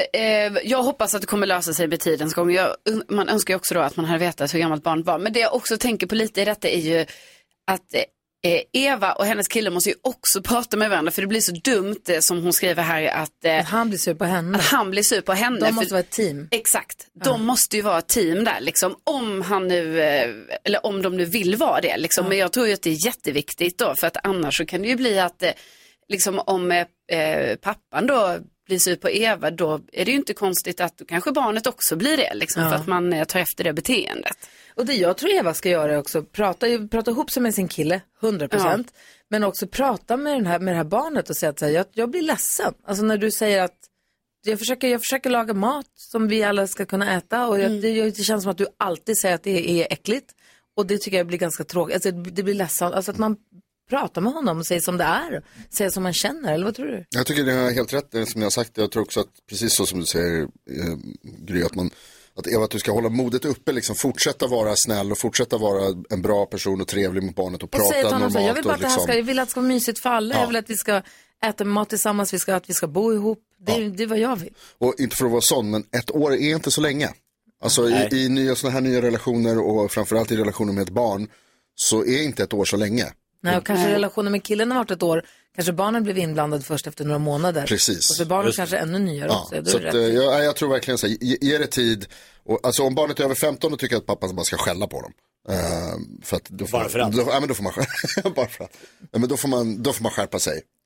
jag hoppas att det kommer lösa sig med tidens gång. Man önskar ju också då att man hade vetat hur gammalt barnet var. Men det jag också tänker på lite i detta är ju att Eva och hennes kille måste ju också prata med varandra. För det blir så dumt som hon skriver här att han blir sur på henne. Att han blir sur på henne. De måste vara ett team. Exakt. De måste ju vara ett team där liksom. Om han nu, eller om de nu vill vara det liksom. Men jag tror ju att det är jätteviktigt då. För att annars så kan det ju bli att liksom om pappan då blir sur på Eva, då är det ju inte konstigt att kanske barnet också blir det liksom. För att man tar efter det beteendet. Och det jag tror Eva ska göra är också prata ihop sig med sin kille, 100%. Men också prata med det här barnet och säga att så här, jag blir ledsen. Alltså när du säger att jag försöker laga mat som vi alla ska kunna äta. Och det känns som att du alltid säger att det är äckligt. Och det tycker jag blir ganska tråkigt. Alltså det blir ledsen. Alltså att man pratar med honom och säger som det är. Säger som man känner, eller vad tror du? Jag tycker det är helt rätt, det som jag har sagt. Jag tror också att precis så som du säger, Gry, att Eva, att du ska hålla modet uppe, liksom fortsätta vara snäll och fortsätta vara en bra person och trevlig mot barnet och prata normalt. Jag vill bara att jag vill att det ska vara mysigt för alla. Jag vill att vi ska äta mat tillsammans, att vi ska bo ihop. Det är vad jag vill. Och inte för att vara sån, men 1 år är inte så länge. Alltså i såna här nya relationer och framförallt i relationer med ett barn så är inte 1 år så länge. Nej, och kanske relationen med killen har varit 1 år. Kanske barnen blev inblandade först efter några månader. Precis. Och för barnen kanske ännu nyare också. Så jag tror verkligen så här, ge det tid. Och, alltså om barnet är över 15 då tycker jag att pappan bara ska skälla på dem. För att då får, bara för att? Men då får man bara för att. Men då får man skärpa sig.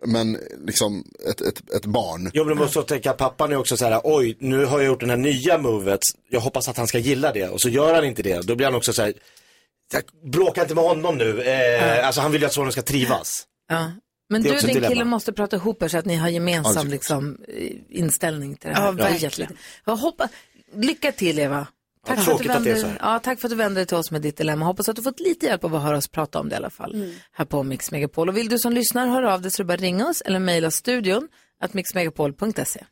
men liksom ett barn. Jo, men du måste tänka, pappan är också så här: oj, nu har jag gjort den här nya movet, jag hoppas att han ska gilla det, och så gör han inte det. Då blir han också så här: bråka inte med honom nu, alltså han vill ju att sonen ska trivas. Ja. Men du och din kille måste prata ihop er så att ni har gemensam inställning till det här. Ja, verkligen. Lycka till, Eva. Tack för att du vände dig till oss med ditt dilemma. Hoppas att du fått lite hjälp av att höra oss prata om det i alla fall. Här på Mix Megapol. Och vill du som lyssnar höra av dig så du bara ringa oss eller mejla studion @mixmegapol.se.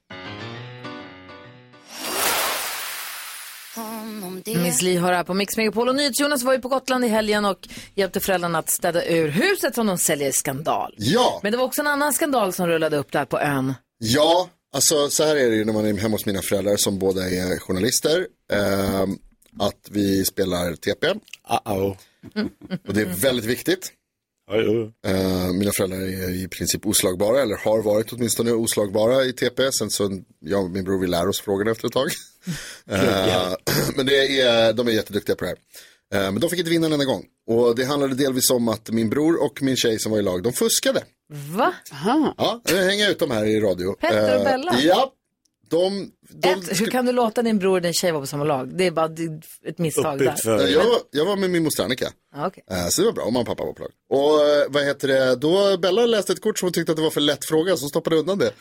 Miss Li hör här på Mix Megapol, och NyhetsJonas var ju på Gotland i helgen och hjälpte föräldrarna att städa ur huset som de säljer i skandal. Ja. Men det var också en annan skandal som rullade upp där på ön. Ja, alltså så här är det ju när man är hemma hos mina föräldrar som båda är journalister. Att vi spelar TP. Och det är väldigt viktigt. Mina föräldrar är i princip oslagbara, eller har varit åtminstone oslagbara i TP. Sen så jag och min bror, vi lär oss frågorna efter ett tag. Men de är jätteduktiga på det här. Men de fick inte vinna en enda gång. Och det handlade delvis om att min bror och min tjej som var i lag, de fuskade. Va? Ja, jag hänger ut dem här i radio. Petter och Bella? Ja. Hur kan du låta din bror och din tjej vara på samma lag? Det är bara ett misstag där. Jag var med min moster Annika. Okay. Så det var bra, om mamma och pappa var på lag. Och vad heter det? Då Bella läste ett kort som hon tyckte att det var för lätt fråga, så stoppade undan det.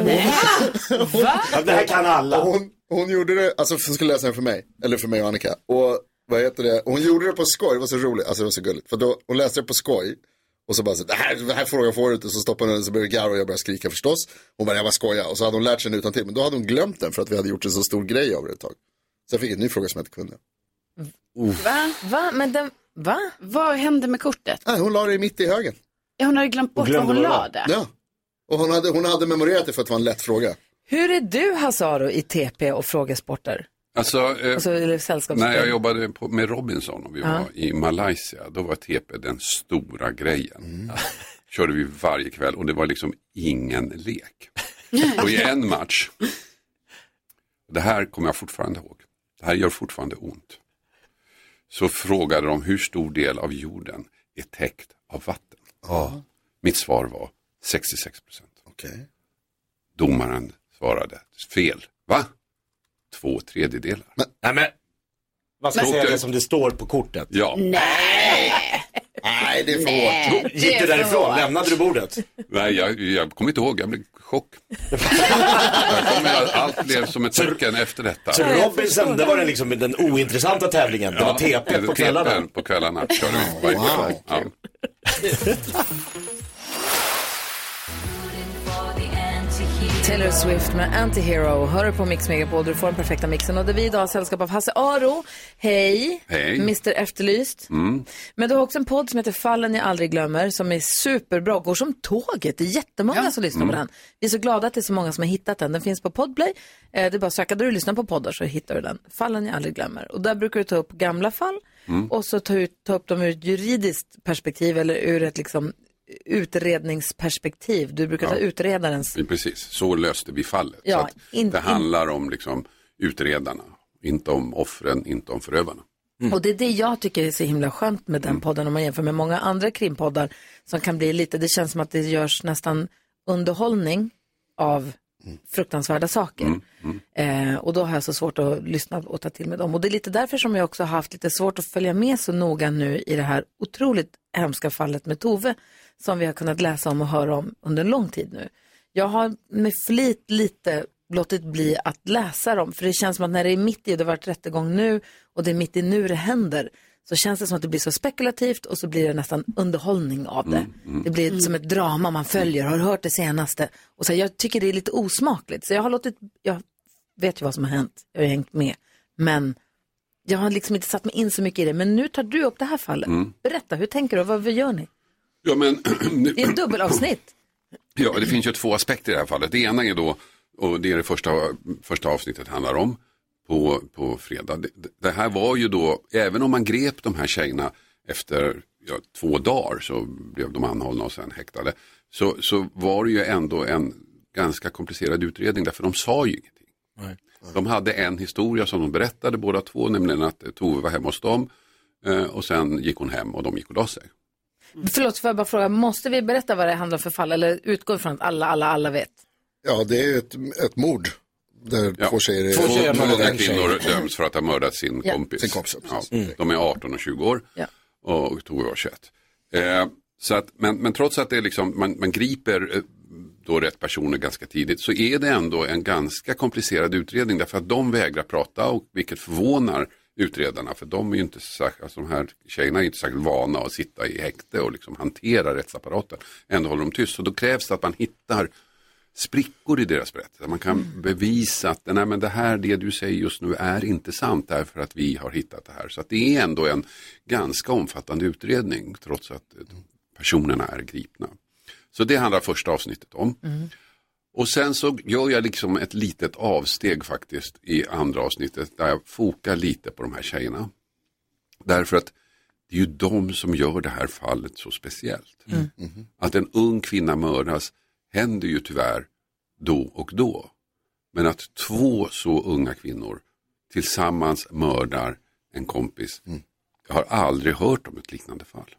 Det här kan alla. Hon gjorde det, alltså hon skulle läsa den för mig. Eller för mig och Annika. Och vad heter det? Hon gjorde det på skoj, det var så roligt. Alltså det var så gulligt. För då, hon läste det på skoj. Och så bara så, det här frågan får du inte. Så stoppade hon, så började Garo och jag började skrika förstås. Hon bara, jag bara skoja. Och så hade hon lärt sig den utan till. Men då hade hon glömt den för att vi hade gjort en så stor grej av det ett tag. Så jag fick en ny fråga som jag inte kunde. Va? Vad hände med kortet? Nej, hon la det mitt i högen. Ja, hon hade glömt bort vad hon la det. Ja, och hon hade memorerat det för att det var en lätt fråga. Hur är du, Hassaro, i TP och frågesporter? När jag jobbade med Robinson och vi var i Malaysia, då var TP den stora grejen. Körde vi varje kväll och det var liksom ingen lek. Och i en match, det här kommer jag fortfarande ihåg, det här gör fortfarande ont, så frågade de hur stor del av jorden är täckt av vatten. Mitt svar var 66%. Okay. Domaren svarade fel. Va? 2/3. Men vad ska jag säga det som det står på kortet? Ja. Nej, det är för hårt. Gick du därifrån? Lämnade du bordet? Nej, jag kommer inte ihåg. Jag blev chock. Allt blev som ett tecken efter detta. Så Robinson, det var den ointressanta tävlingen. Det var TP på kvällarna. På kvällarna körde vi varje kväll. Ja. Taylor Swift med Anti-Hero. Hör på Mix Megapol, du får den perfekta mixen. Och det är vi idag sällskap av Hasse Aro. Hej. Mr. Efterlyst. Men du har också en podd som heter Fallen jag aldrig glömmer, som är superbra. Går som tåget. Det är jättemånga som lyssnar på den. Vi är så glada att det är så många som har hittat den. Den finns på Podplay. Det är bara att söka där du lyssnar på poddar så hittar du den. Fallen jag aldrig glömmer. Och där brukar du ta upp gamla fall. Och så ta upp dem ur ett juridiskt perspektiv eller ur ett utredningsperspektiv. Du brukar ta utredarens... Precis, så löste vi fallet. Ja, så det handlar om utredarna, inte om offren, inte om förövarna. Och det är det jag tycker är så himla skönt med den podden om man jämför med många andra krimpoddar som kan bli lite, det känns som att det görs nästan underhållning av fruktansvärda saker. Och då har jag så svårt att lyssna och ta till med dem. Och det är lite därför som jag också har haft lite svårt att följa med så noga nu i det här otroligt hemska fallet med Tove som vi har kunnat läsa om och höra om under en lång tid nu. Jag har med flit lite låtit bli att läsa dem, för det känns som att när det är mitt i, det har varit rättegång nu och det är mitt i nu det händer, så känns det som att det blir så spekulativt och så blir det nästan underhållning av det. Det blir som ett drama man följer, har hört det senaste. Och så jag tycker det är lite osmakligt. Så jag vet ju vad som har hänt, jag har hängt med. Men jag har liksom inte satt mig in så mycket i det. Men nu tar du upp det här fallet. Berätta, hur tänker du? Vad gör ni? Ja, men... Det är ett dubbelavsnitt. Ja, det finns ju 2 aspekter i det här fallet. Det ena är då, och det är det första avsnittet handlar om, på fredag. Det här var ju då, även om man grep de här tjejerna efter 2 dagar så blev de anhållna och sen häktade. Så var det ju ändå en ganska komplicerad utredning, därför de sa ju ingenting. Nej. De hade en historia som de berättade båda 2, nämligen att Tove var hemma hos dem och sen gick hon hem och de gick och la sig. Förlåt, får jag bara fråga, måste vi berätta vad det handlar för fall eller utgår från att alla vet? Ja, det är ett mord. Där två tjejer kvinnor döms för att ha mördat sin kompis. De är 18 och 20 år och Tove var 21. Så att, men trots att det är liksom, man griper då rätt personer ganska tidigt, så är det ändå en ganska komplicerad utredning därför att de vägrar prata, och vilket förvånar utredarna, för de är ju inte alltså de här tjejerna är inte särskilt vana att sitta i häkte och liksom hantera rättsapparaten. Ändå håller de tyst, så då krävs det att man hittar sprickor i deras berättelse. Man kan bevisa att nej, men det du säger just nu är inte sant därför att vi har hittat det här. Så att det är ändå en ganska omfattande utredning trots att personerna är gripna. Så det handlar första avsnittet om. Och sen så gör jag liksom ett litet avsteg faktiskt i andra avsnittet där jag fokar lite på de här tjejerna. Därför att det är ju de som gör det här fallet så speciellt. Att en ung kvinna mördas händer ju tyvärr då och då. Men att två så unga kvinnor tillsammans mördar en kompis. Jag har aldrig hört om ett liknande fall.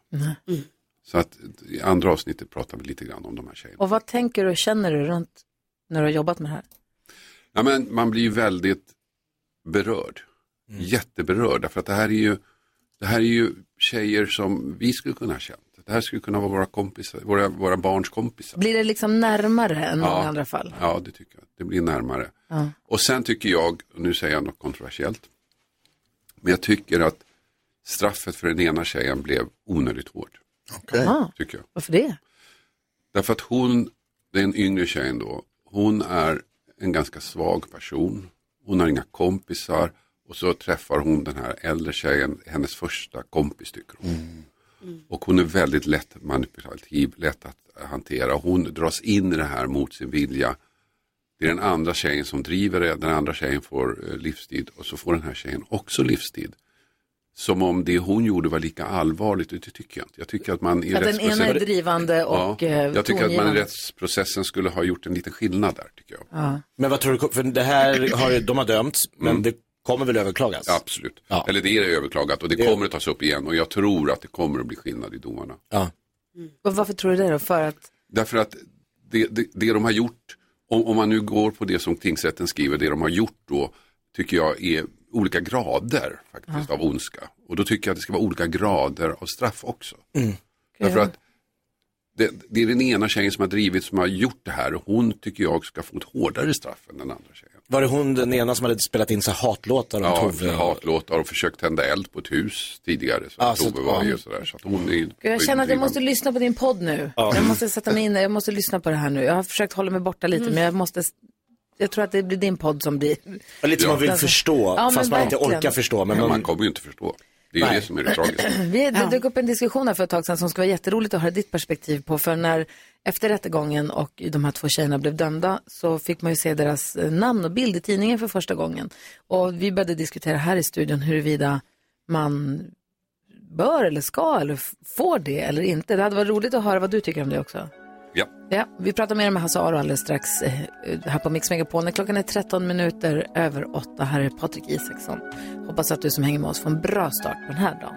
Så att i andra avsnittet pratar vi lite grann om de här tjejerna. Och vad tänker du och känner du runt när du har jobbat med det här? Ja, men man blir ju väldigt berörd. Jätteberörd. Därför att det här är ju tjejer som vi skulle kunna ha känt. Det här skulle kunna vara våra kompisar, våra barns kompisar. Blir det liksom närmare än många andra fall? Ja, det tycker jag. Det blir närmare. Och sen tycker jag, och nu säger jag något kontroversiellt, men jag tycker att straffet för den ena tjejen blev onödigt hårt. Tycker jag. Varför det? Därför att det är en yngre tjej då, hon är en ganska svag person. Hon har inga kompisar och så träffar hon den här äldre tjejen, hennes första kompis tycker hon. Och hon är väldigt lätt manipulativ, lätt att hantera. Hon dras in i det här mot sin vilja. Det är den andra tjejen som driver det. Den andra tjejen får livstid och så får den här tjejen också livstid. Som om det hon gjorde var lika allvarligt, det tycker jag inte. Jag tycker att man i den ena är drivande och jag tycker att man i rättsprocessen skulle ha gjort en liten skillnad där, tycker jag. Men vad tror du, för det här de har dömts, men det kommer väl överklagas? Absolut. Eller det är överklagat och det kommer att tas upp igen och jag tror att det kommer att bli skillnad i domarna. Och varför tror du det då? Därför att det de har gjort, om man nu går på det som tingsrätten skriver, det de har gjort då tycker jag är olika grader faktiskt av ondska. Och då tycker jag att det ska vara olika grader av straff också. Därför att det är den ena tjejen som har drivit som har gjort det här och hon tycker jag ska få ett hårdare straff än den andra tjejen. Var det hon den ena som hade spelat in så hatlåtar? Hatlåtar och försökt tända eld på ett hus tidigare. Tove var ju sådär. Så att hon är jag känner att jag måste lyssna på din podd nu. Jag måste sätta mig in, jag måste lyssna på det här nu. Jag har försökt hålla mig borta lite men jag tror att det blir din podd som blir... Lite som man vill förstå, fast man inte orkar förstå. Men man kommer ju inte förstå. Det är ju det som är det tragiska. Det dök upp en diskussion här för ett tag sedan som ska vara jätteroligt att höra ditt perspektiv på. För när efter rättegången och de här två tjejerna blev dömda så fick man ju se deras namn och bild i tidningen för första gången. Och vi började diskutera här i studion huruvida man bör eller ska eller får det eller inte. Det hade varit roligt att höra vad du tycker om det också. Ja, vi pratar mer med Hasse Aro alldeles strax här på Mix Megapol. Klockan är 8:13. Här är Patrik Isaksson. Hoppas att du som hänger med oss får en bra start på den här dagen.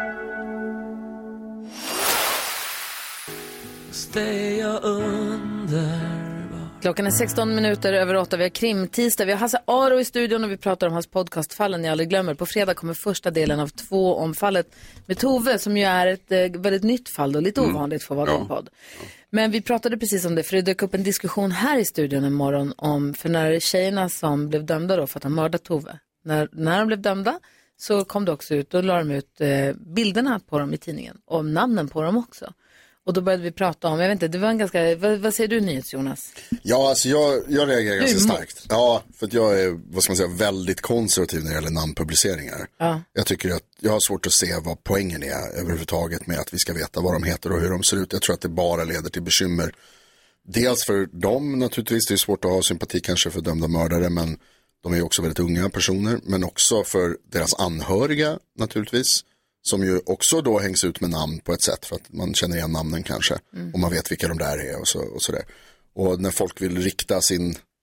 Klockan är 8:16. Vi har krimtisdag. Vi har Hasse Aro i studion och vi pratar om hans podcastfallen jag aldrig glömmer. På fredag kommer första delen av 2 om fallet med Tove som ju är ett väldigt nytt fall och lite ovanligt för att vara en podd. Men vi pratade precis om det för det dök upp en diskussion här i studion en morgon om för när tjejerna som blev dömda då för att ha mördat Tove. När de blev dömda så kom det också ut och la de ut bilderna på dem i tidningen och namnen på dem också. Och då började vi prata om, jag vet inte, det var en ganska, vad säger du Jonas? Ja, alltså jag reagerar ganska starkt. Ja, för att jag är, vad ska man säga, väldigt konservativ när det gäller namnpubliceringar. Jag tycker att jag har svårt att se vad poängen är överhuvudtaget med att vi ska veta vad de heter och hur de ser ut. Jag tror att det bara leder till bekymmer. Dels för dem naturligtvis, det är svårt att ha sympati kanske för dömda mördare, men de är ju också väldigt unga personer. Men också för deras anhöriga naturligtvis. Som ju också då hängs ut med namn på ett sätt för att man känner igen namnen kanske. Och man vet vilka de där är och sådär. Och när folk vill rikta sin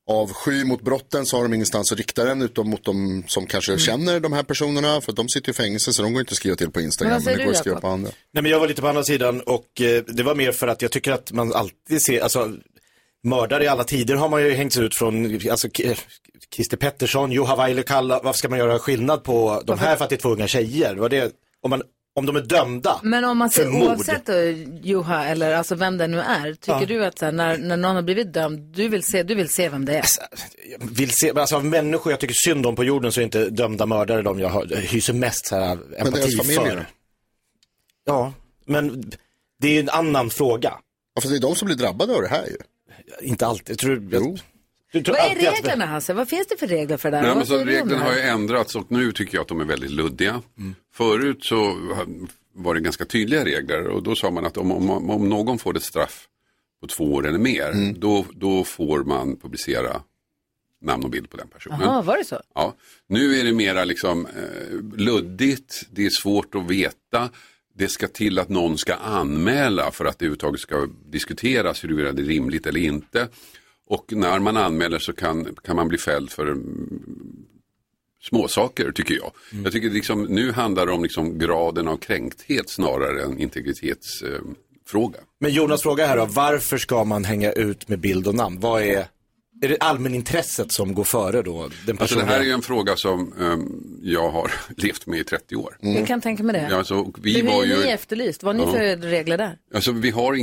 avsky mot brotten så har de ingenstans att rikta den utom mot de som kanske känner de här personerna, för att de sitter i fängelse så de går inte att skriva till på Instagram, men det går att skriva på andra. Nej, men jag var lite på andra sidan och det var mer för att jag tycker att man alltid ser, alltså mördare i alla tider har man ju hängt ut från, alltså Christer Pettersson, Juha Vailekalla, varför ska man göra skillnad på de här för att det är 2 unga tjejer? Var det, om de är dömda. Men om man ser oavsett Juha eller alltså vem det nu är, tycker du att så här, när någon har blivit dömd, du vill se vem det är? Alltså av människor jag tycker synd om på jorden så är inte dömda mördare de jag hyser mest så här empati för. Ja, men det är ju en annan fråga. Ja, för det är de som blir drabbade av det här ju. Inte alltid, tror du. Vad är reglerna, Hasse? Vad finns det för regler för det här? Nej, men så reglerna har ju ändrats och nu tycker jag att de är väldigt luddiga. Förut så var det ganska tydliga regler och då sa man att om någon får ett straff på 2 år eller mer, då får man publicera namn och bild på den personen. Jaha, var det så? Ja, nu är det mera liksom luddigt, det är svårt att veta. Det ska till att någon ska anmäla för att det överhuvudtaget ska diskuteras huruvida det är rimligt eller inte. Och när man anmäler så kan man bli fälld för småsaker, tycker jag. Jag tycker liksom, nu handlar det om liksom graden av kränkthet snarare än integritetsfråga. Men Jonas fråga här då, varför ska man hänga ut med bild och namn? Vad är det allmänintresset som går före då? Alltså det här är ju en fråga som jag har levt med i 30 år. Jag kan tänka mig det. Ja, alltså, hur är ni efterlyst? Vad har ni för regler där? Alltså vi har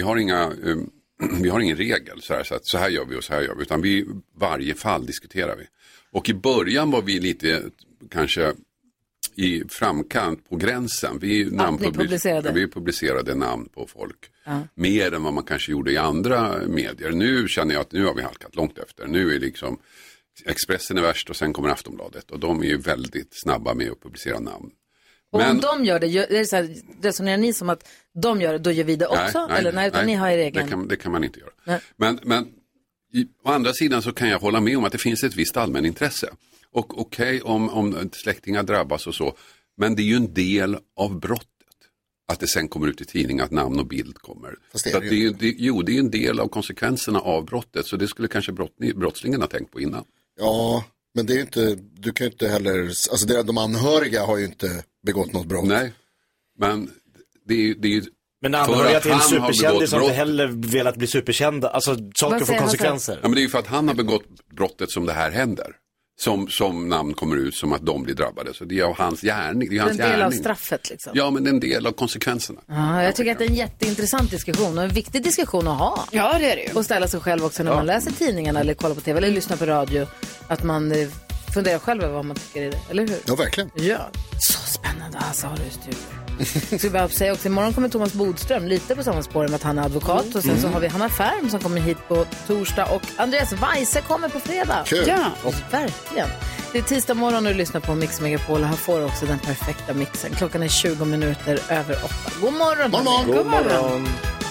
ingen regel så här gör vi och så här gör vi, utan varje fall diskuterar vi. Och i början var vi lite kanske i framkant på gränsen. Vi publicerade namn på folk mer än vad man kanske gjorde i andra medier. Nu känner jag att nu har vi halkat långt efter. Nu är liksom Expressen är värst och sen kommer Aftonbladet och de är ju väldigt snabba med att publicera namn. Och om de gör det, resonerar ni som att de gör det, då gör vi det också? Nej, ni har i regeln. Det kan man inte göra. Men å andra sidan så kan jag hålla med om att det finns ett visst allmänintresse. Och okej, om släktingar drabbas och så, men det är ju en del av brottet. Att det sen kommer ut i tidningen att namn och bild kommer. Det är ju en del av konsekvenserna av brottet, så det skulle kanske brottslingen ha tänkt på innan. Ja, men det är ju inte, du kan ju inte heller, alltså de anhöriga har ju inte begått något brott. Nej, men det är ju men anhöriga till en superkändis som inte heller velat bli superkända. Alltså saker får konsekvenser. Ja, men det är ju för att han har begått brottet som det här händer. Som namn kommer ut som att de blir drabbade. Så det är av hans gärning. Det är en del av straffet liksom. Ja, men en del av konsekvenserna. Ja, jag tycker att det är en jätteintressant diskussion och en viktig diskussion att ha. Ja, det är det ju. Och ställa sig själv också när man läser tidningarna eller kollar på tv eller lyssnar på radio. Att man funderar själv över vad man tycker är det, eller hur? Ja, verkligen. Ja, så spännande. Alltså, har du studier. Så vi bara säga också, imorgon kommer Thomas Bodström lite på samma spår med att han är advokat. Och sen så har vi Hanna Färm som kommer hit på torsdag och Andreas Weise kommer på fredag. Kul. Ja, verkligen. Det är tisdag morgon och du lyssnar på Mix Megapol och här får du också den perfekta mixen. Klockan är 20 minuter över 8. God morgon. God morgon.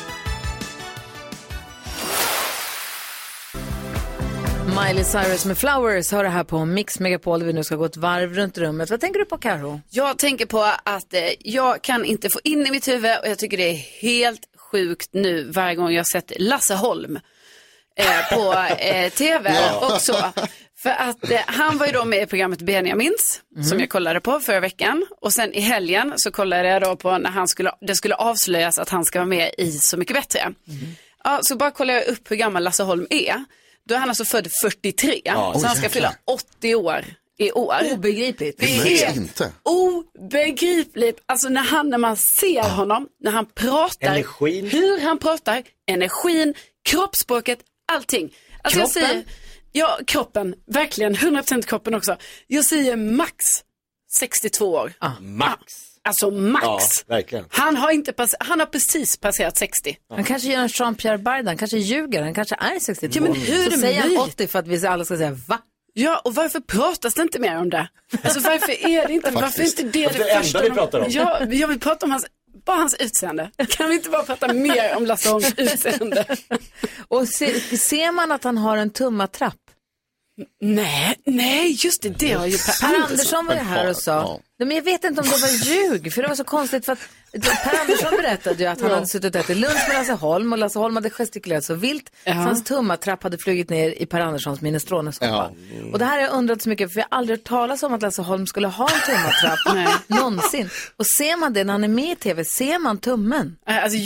Miley Cyrus med Flowers har det här på Mix Megapol där vi nu ska gå ett varv runt rummet. Vad tänker du på, Karo? Jag tänker på att jag kan inte få in i mitt huvud och jag tycker det är helt sjukt nu varje gång jag sett Lasse Holm på tv och så. För att han var ju då med i programmet Benjamins som jag kollade på förra veckan. Och sen i helgen så kollade jag då på när det skulle avslöjas att han ska vara med i Så mycket bättre. Ja, så bara kollade jag upp hur gammal Lasse Holm är. Då är han alltså född 43, så han ska fylla 80 år i år. Obegripligt. Det är helt obegripligt. Alltså när man ser honom, när han pratar, energin. Hur han pratar, energin, kroppsspråket, allting. Alltså kroppen? Jag säger, ja, kroppen, verkligen, 100% kroppen också. Jag säger max 62 år. Max. Alltså max. Ja, verkligen. Han har precis passerat 60. Han kanske gör en Jean-Pierre Barda, han kanske ljuger, han kanske är 62. Ja, men hur är det säger han 80 för att vi alla ska säga va? Ja, och varför pratas det inte mer om det? Alltså varför är det inte, varför är inte det första vi pratar om? Ja, jag vill prata om hans utseende. Kan vi inte bara prata mer om Lasse Holms utseende? Och ser man att han har en tummatrapp? Nej, just det har ju Per Andersson var ju här och sa Men jag vet inte om det var ljug, för det var så konstigt för att Per Andersson berättade ju att han hade suttit och ätit lunch med Lasse Holm och Lasse Holm hade gestikulerat så vilt. Hans tummatrapp hade flugit ner i Per Anderssons minestronesoppa. Och det här har jag undrat så mycket, för jag har aldrig hört talas om att Lasse Holm skulle ha en tummatrapp någonsin. Och ser man det när han är med i tv, ser man tummen? Alltså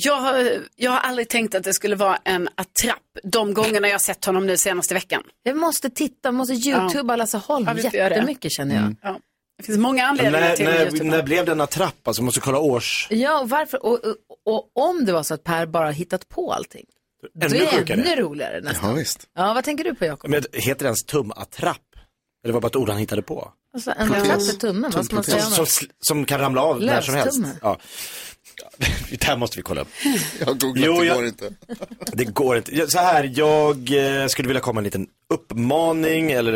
jag har aldrig tänkt att det skulle vara en attrapp de gångerna jag har sett honom nu senaste veckan. Jag måste YouTubea Lasse Holm jättemycket känner jag. Ja. Det finns många anledningar till YouTube. När blev den attrapp? Alltså måste kolla års... Ja, och varför? Och om det var så att Per bara hittat på allting. Det är ännu roligare nästan. Ja, visst. Ja, vad tänker du på, Jakob? Men heter det ens tumattrapp? Eller var det bara ett ord han hittade på? Alltså en attrapp för tummen, vad ska man säga? Som kan ramla av när som helst. Ja. Det här måste vi kolla upp. Jag googlat, det går inte. Det går inte. Så här, jag skulle vilja komma en liten uppmaning eller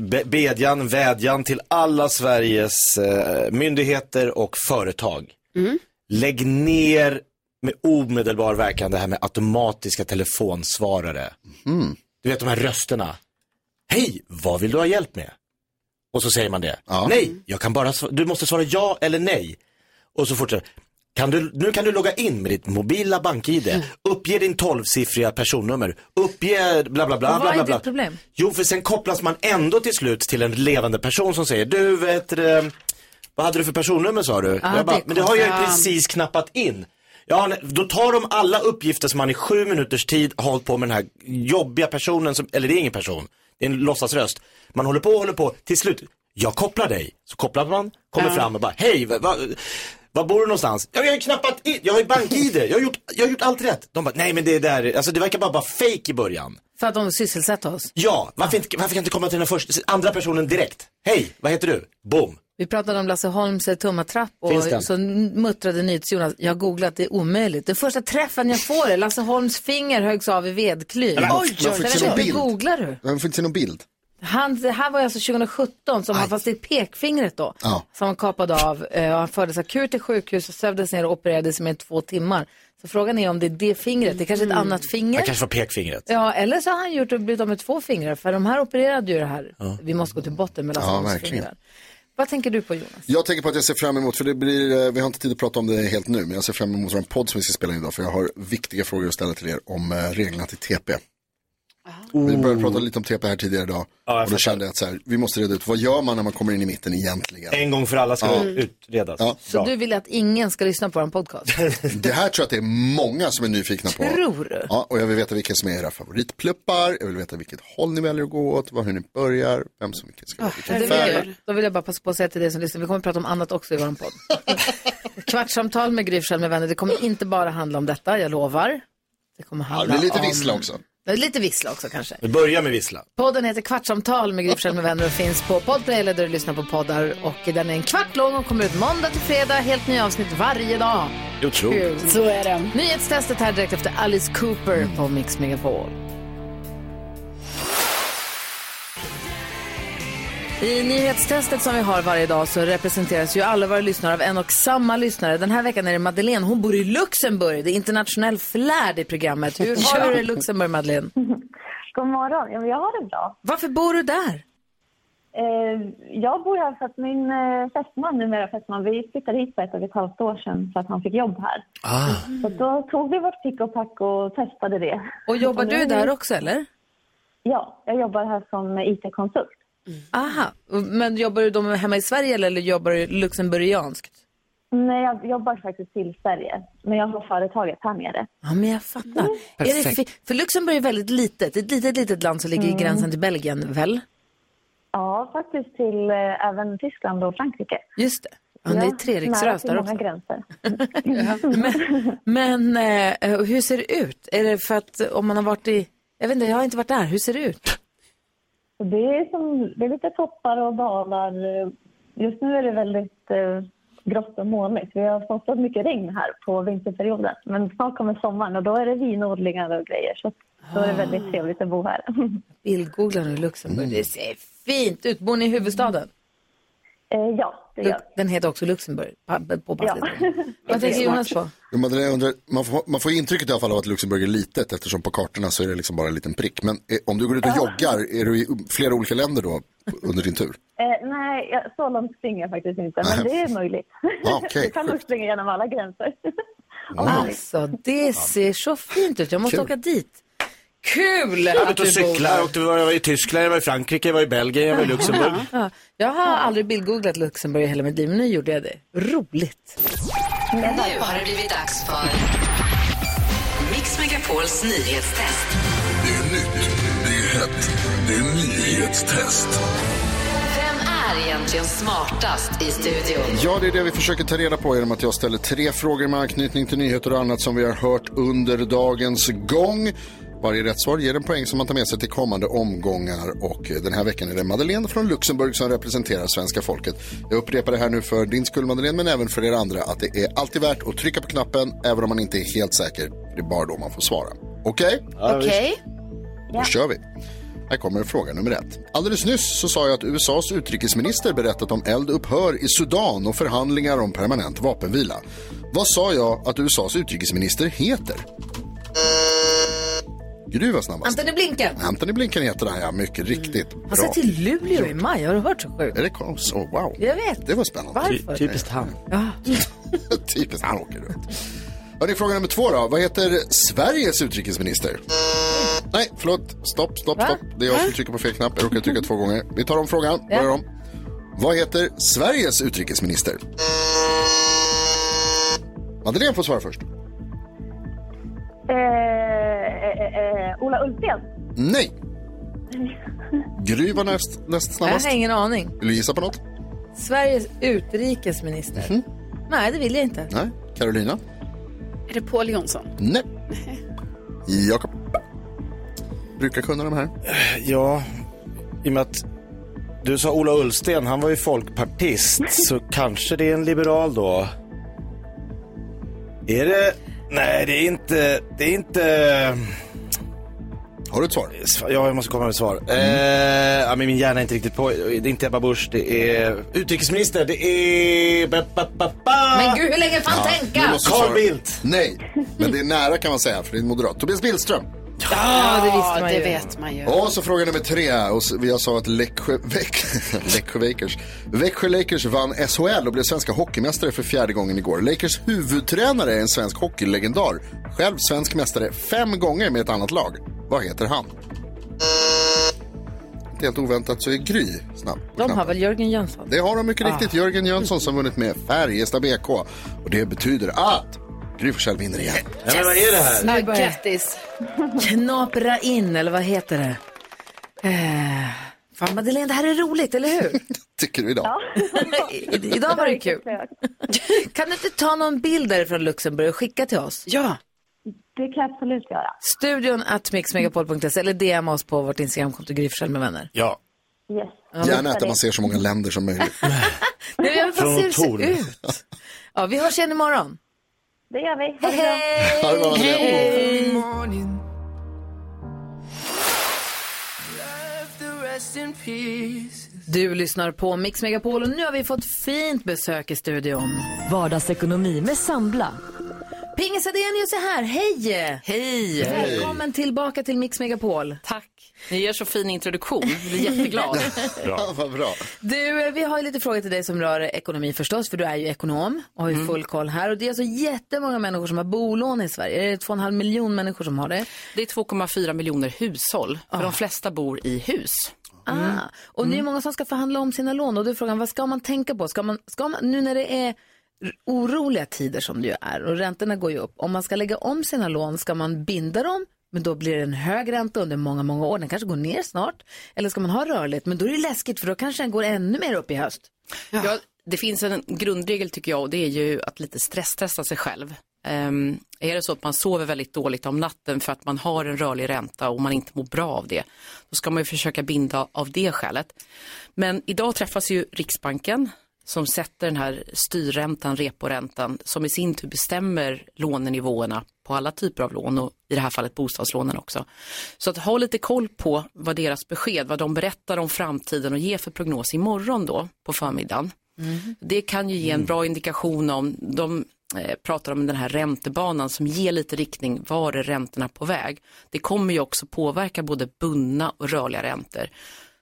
en vädjan till alla Sveriges myndigheter och företag. Lägg ner med omedelbar verkan det här med automatiska telefonsvarare. Du vet de här rösterna. Hej, vad vill du ha hjälp med? Och så säger man det. Nej, jag kan bara du måste svara ja eller nej. Och så fortsätter nu kan du logga in med ditt mobila bank-ID. Uppge din 12-siffriga personnummer. Uppge bla bla bla. Vad är ditt problem? Jo, för sen kopplas man ändå till slut till en levande person som säger du vet, vad hade du för personnummer sa du? Men det har jag ju precis knappat in. Ja, då tar de alla uppgifter som man i 7 minuters tid har hållit på med den här jobbiga personen eller det är ingen person. Det är en låtsasröst. Man håller på till slut. Jag kopplar dig. Så kopplar man, kommer fram och bara hej, var bor du någonstans? Jag har ju knappat in, jag har ju bank-ID, jag har gjort allt rätt. De bara, nej men det är där, alltså det verkar bara fake i början. För att de sysselsätter oss? Ja, varför kan jag inte komma till den andra personen direkt? Hej, vad heter du? Boom. Vi pratade om Lasse Holms tummatrapp och så muttrade NyhetsJonas, jag har googlat, det är omöjligt. Den första träffen jag får är Lasse Holms finger högs av i vedklyv. Hur googlar du? Jag får inte se någon bild. Det här var alltså 2017 som han fast i pekfingret då. Som han kapade av och han fördes akut till sjukhus och sövdes ner och opererades med 2 timmar. Så frågan är om det är det fingret, det är kanske ett annat finger. Det kanske var pekfingret. Ja, eller så har han blivit av med 2 fingrar för de här opererade ju det här. Vi måste gå till botten med Lasse Holms fingrar. Vad tänker du på, Jonas? Jag tänker på att jag ser fram emot, för det blir, vi har inte tid att prata om det helt nu, men jag ser fram emot en podd som vi ska spela in idag, för jag har viktiga frågor att ställa till er om reglerna till TP. Vi började prata lite om TP här tidigare idag. Och då kände jag att så här, vi måste reda ut, vad gör man när man kommer in i mitten egentligen? En gång för alla ska utredas. Så du vill att ingen ska lyssna på en podcast? Det här tror jag att det är många som är nyfikna på. Tror du? Ja, och jag vill veta vilka som är era favoritpluppar. Jag vill veta vilket håll ni väljer att gå åt, hur ni börjar, vem som ska vara. Då vill jag bara passa på att säga till dig som lyssnar, vi kommer att prata om annat också i vår podd. Kvartsamtal med Gry Forssell med vänner, det kommer inte bara handla om detta, jag lovar. Det kommer handla det är lite vissla också. Lite vissla också kanske. Vi börjar med vissla. Podden heter Kvartsamtal med Gry Forssell med vänner och finns på Podplay eller där du lyssnar på poddar. Och den är 1 kvart lång och kommer ut måndag till fredag. Helt nya avsnitt varje dag. Otroligt. Så är det. Nyhetstestet här direkt efter Alice Cooper på Mix Megapol. I nyhetstestet som vi har varje dag så representeras ju alla våra lyssnare av en och samma lyssnare. Den här veckan är det Madeleine, hon bor i Luxemburg. Det är internationell flärd i programmet. Hur har du det i Luxemburg, Madeleine? God morgon, jag har det bra. Varför bor du där? Jag bor här för att min fästman, vi flyttade hit för 1,5 år sedan för att han fick jobb här. Så då tog vi vårt pick och pack och testade det. Och jobbar du där också, eller? Ja, jag jobbar här som IT-konsult. Aha, men jobbar du då hemma i Sverige eller jobbar du luxemburgianskt? Nej, jag jobbar faktiskt till Sverige, men jag har företaget här nere. Ja, men jag fattar. Är det för Luxemburg är väldigt litet, ett litet land som ligger i gränsen till Belgien, väl? Ja, faktiskt till även Tyskland och Frankrike. Just det. Ja, det är 3 riksröst där också. Gränser. men hur ser det ut? Är det för att om man har varit jag vet inte, jag har inte varit där. Hur ser det ut? Det är lite toppar och dalar. Just nu är det väldigt grått och molnigt. Vi har fått mycket regn här på vinterperioden. Men snart kommer sommaren och då är det vinodlingar och grejer. Så då är det väldigt trevligt att bo här. Bildgooglar nu i Luxemburg. Det ser fint ut. Bor ni i huvudstaden? Ja, det gör. Den heter också Luxemburg på passet. Vad tänker Jonas på? Man får intrycket i alla fall av att Luxemburg är litet, eftersom på kartorna så är det liksom bara en liten prick. Men om du går ut och joggar, är du i flera olika länder då under din tur? Nej, så långt springer jag faktiskt inte, men det är möjligt. Okay. Du kan nog springa genom alla gränser. Alltså, det ser så fint ut. Jag måste åka dit. Kul! Jag var ute och cykla. Jag var i Tyskland, jag var i Frankrike, jag var i Belgien, jag var i Luxemburg. Ja. Jag har aldrig bildgooglat Luxemburg i hela mitt liv, men nu gjorde jag det. Roligt. Nu har det blivit dags för Mix Megapols nyhetstest. Det är nytt, det är hett, det är nyhetstest. Vem är egentligen smartast i studion? Ja, det är det vi försöker ta reda på genom att jag ställer 3 frågor med anknytning till nyheter och annat som vi har hört under dagens gång. Varje rätt svar ger en poäng som man tar med sig till kommande omgångar, och den här veckan är det Madeleine från Luxemburg som representerar svenska folket. Jag upprepar det här nu för din skull, Madeleine, men även för er andra, att det är alltid värt att trycka på knappen även om man inte är helt säker. Det är bara då man får svara. Okej? Okej. Då kör vi. Här kommer fråga nummer 1. Alldeles nyss så sa jag att USAs utrikesminister berättat om eldupphör i Sudan och förhandlingar om permanent vapenvila. Vad sa jag att USAs utrikesminister heter? Gud var snabbast. Antony Blinken. Antony Blinken heter han, ja, mycket riktigt. Bra. Han ska till Luleå i maj, har du hört så sjukt? Är det så? Wow. Jag vet. Det var spännande. Varför? Typiskt han. Ja. Typiskt han åker runt. Ja, det är fråga nummer 2 då. Vad heter Sveriges utrikesminister? Nej, förlåt. Stopp. Det är jag som trycker på fel knapp. Jag råkar trycka 2 gånger. Vi tar om frågan. Börjar om. Vad heter Sveriges utrikesminister? Madeleine får svara först. Ola Ullsten. Nej. Gry var näst snabbast. Jag har ingen aning. Vill du gissa på något? Sveriges utrikesminister. Nej, det vill jag inte. Nej. Carolina? Är det Paul Jonsson? Nej. Jakob? Brukar kunna de här? Ja, i och med att du sa Ola Ullsten, han var ju folkpartist, så kanske det är en liberal då. Är det... Nej, det är inte... Har du ett svar? Ja, jag måste komma med ett svar. Ja, men min hjärna är inte riktigt på. Det är inte Ebba Busch, det är utrikesminister, det är... Men gud, hur länge fan tänka? Carl Bildt. Nej, men det är nära kan man säga, för det är moderat. Tobias Billström. Ja, det visste man ju. Det vet man ju. Och så fråga nummer 3. Och vi har sa att Växjö Lakers vann SHL och blev svenska hockeymästare för 4:e gången igår. Lakers huvudtränare är en svensk hockeylegendar. Själv svensk mästare 5 gånger med ett annat lag. Vad heter han? Helt oväntat så är Gry snabb. De har väl Jörgen Jönsson? Det har de mycket riktigt. Jörgen Jönsson som vunnit med Färjestad BK. Och det betyder att Gry Forssell vinner igen. Yes. Men vad är det här? Grattis. Knapra in, eller vad heter det? Fan, Madeleine, det här är roligt, eller hur? Tycker du idag? Ja. Idag var det kul. Kan du inte ta någon bild därifrån Luxemburg och skicka till oss? Ja. Det kan jag absolut göra. Studion @mixmegapol.se eller DM oss på vårt Instagramkonto Gry Forssell med vänner. Ja. Yes. Gärna att man ser så många länder som möjligt. Nej, jag vill bara se hur det ser ut. Ja, vi hörs igen imorgon. Det gör vi. Hej! Du lyssnar på Mix Megapol och nu har vi fått fint besök i studion. Vardagsekonomi med Sambla. Pinge Sedenius är här, hej! Hej! Välkommen tillbaka till Mix Megapol. Tack. Ni ger så fin introduktion, jag blir jätteglad. Ja, vad bra. Du, vi har ju lite frågor till dig som rör ekonomi förstås, för du är ju ekonom och har ju full koll här. Och det är så jättemånga människor som har bolån i Sverige. Är det 2,5 miljoner människor som har det? Det är 2,4 miljoner hushåll, för de flesta bor i hus. Och det är många som ska förhandla om sina lån och då är frågan, vad ska man tänka på? Ska man nu när det är oroliga tider som det ju är och räntorna går ju upp, om man ska lägga om sina lån, ska man binda dem? Men då blir det en hög ränta under många, många år. Den kanske går ner snart. Eller ska man ha rörligt? Men då är det läskigt för då kanske den går ännu mer upp i höst. Ja, det finns en grundregel tycker jag och det är ju att lite stresstesta sig själv. Är det så att man sover väldigt dåligt om natten för att man har en rörlig ränta och man inte mår bra av det, då ska man ju försöka binda av det skälet. Men idag träffas ju Riksbanken som sätter den här styrräntan, reporäntan, som i sin tur bestämmer lånenivåerna på alla typer av lån och i det här fallet bostadslånen också. Så att ha lite koll på vad deras besked, vad de berättar om framtiden och ger för prognos imorgon då på förmiddagen. Det kan ju ge en bra indikation om, de pratar om den här räntebanan som ger lite riktning, var är räntorna på väg. Det kommer ju också påverka både bundna och rörliga räntor.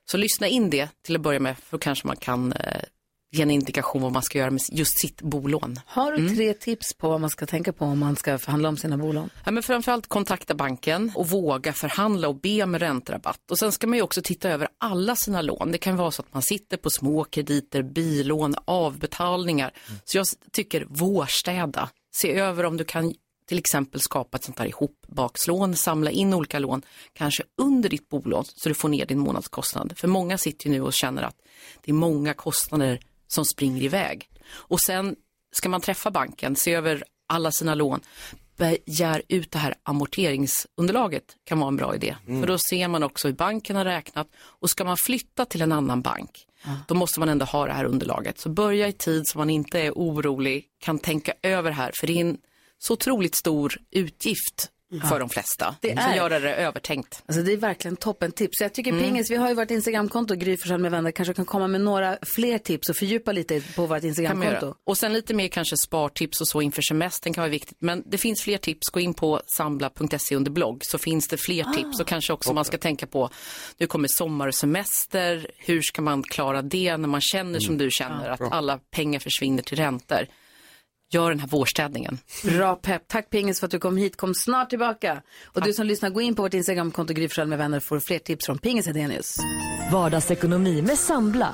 Så lyssna in det till att börja med, för kanske man kan ge en indikation vad man ska göra med just sitt bolån. Har du 3 tips på vad man ska tänka på om man ska förhandla om sina bolån? Ja, men framförallt kontakta banken och våga förhandla och be med ränterabatt. Och sen ska man ju också titta över alla sina lån. Det kan vara så att man sitter på små krediter, bilån, avbetalningar. Så jag tycker vårstäda. Se över om du kan till exempel skapa ett sånt här ihopbakslån, samla in olika lån, kanske under ditt bolån så du får ner din månadskostnad. För många sitter ju nu och känner att det är många kostnader som springer iväg. Och sen ska man träffa banken, se över alla sina lån, begär ut det här amorteringsunderlaget kan vara en bra idé. För då ser man också hur banken har räknat, och ska man flytta till en annan bank, då måste man ändå ha det här underlaget. Så börja i tid så man inte är orolig, kan tänka över här, för det är en så otroligt stor utgift för de flesta. Det är. Så göra det övertänkt. Alltså det är verkligen toppen tips. Jag tycker Pingis, vi har ju vårt Instagramkonto, Gry Forssell med vänner, kanske kan komma med några fler tips och fördjupa lite på vårt Instagramkonto. Och sen lite mer kanske spartips och så inför semestern kan vara viktigt. Men det finns fler tips. Gå in på sambla.se under blogg, så finns det fler tips. Och kanske också man ska tänka på, nu kommer sommar och semester. Hur ska man klara det när man känner som du känner att alla pengar försvinner till räntor? Gör den här vårstädningen. Bra pepp. Tack Pingis för att du kom hit. Kom snart tillbaka. Och du som lyssnar, gå in på vårt Instagramkonto Gry Forssell med vänner, får fler tips från Pingis Hedenius. Vardagsekonomi med Sambla.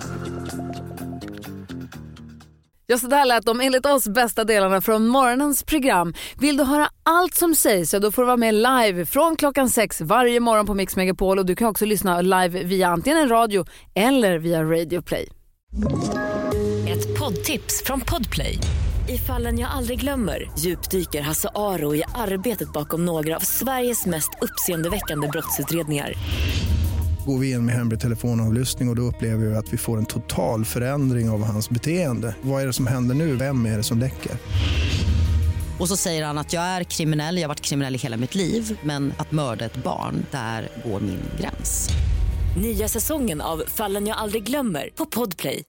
Ja, så där lät de enligt oss bästa delarna från morgonens program. Vill du höra allt som sägs, så då får du vara med live från 6:00 varje morgon på Mix Megapol. Och du kan också lyssna live via antingen en radio eller via Radio Play. Ett poddtips från Podplay. I Fallen jag aldrig glömmer djupdyker Hasse Aro i arbetet bakom några av Sveriges mest uppseendeväckande brottsutredningar. Går vi in med hemlig telefonavlyssning och då upplever vi att vi får en total förändring av hans beteende. Vad är det som händer nu? Vem är det som läcker? Och så säger han att jag är kriminell, jag har varit kriminell i hela mitt liv. Men att mörda ett barn, där går min gräns. Nya säsongen av Fallen jag aldrig glömmer på Podplay.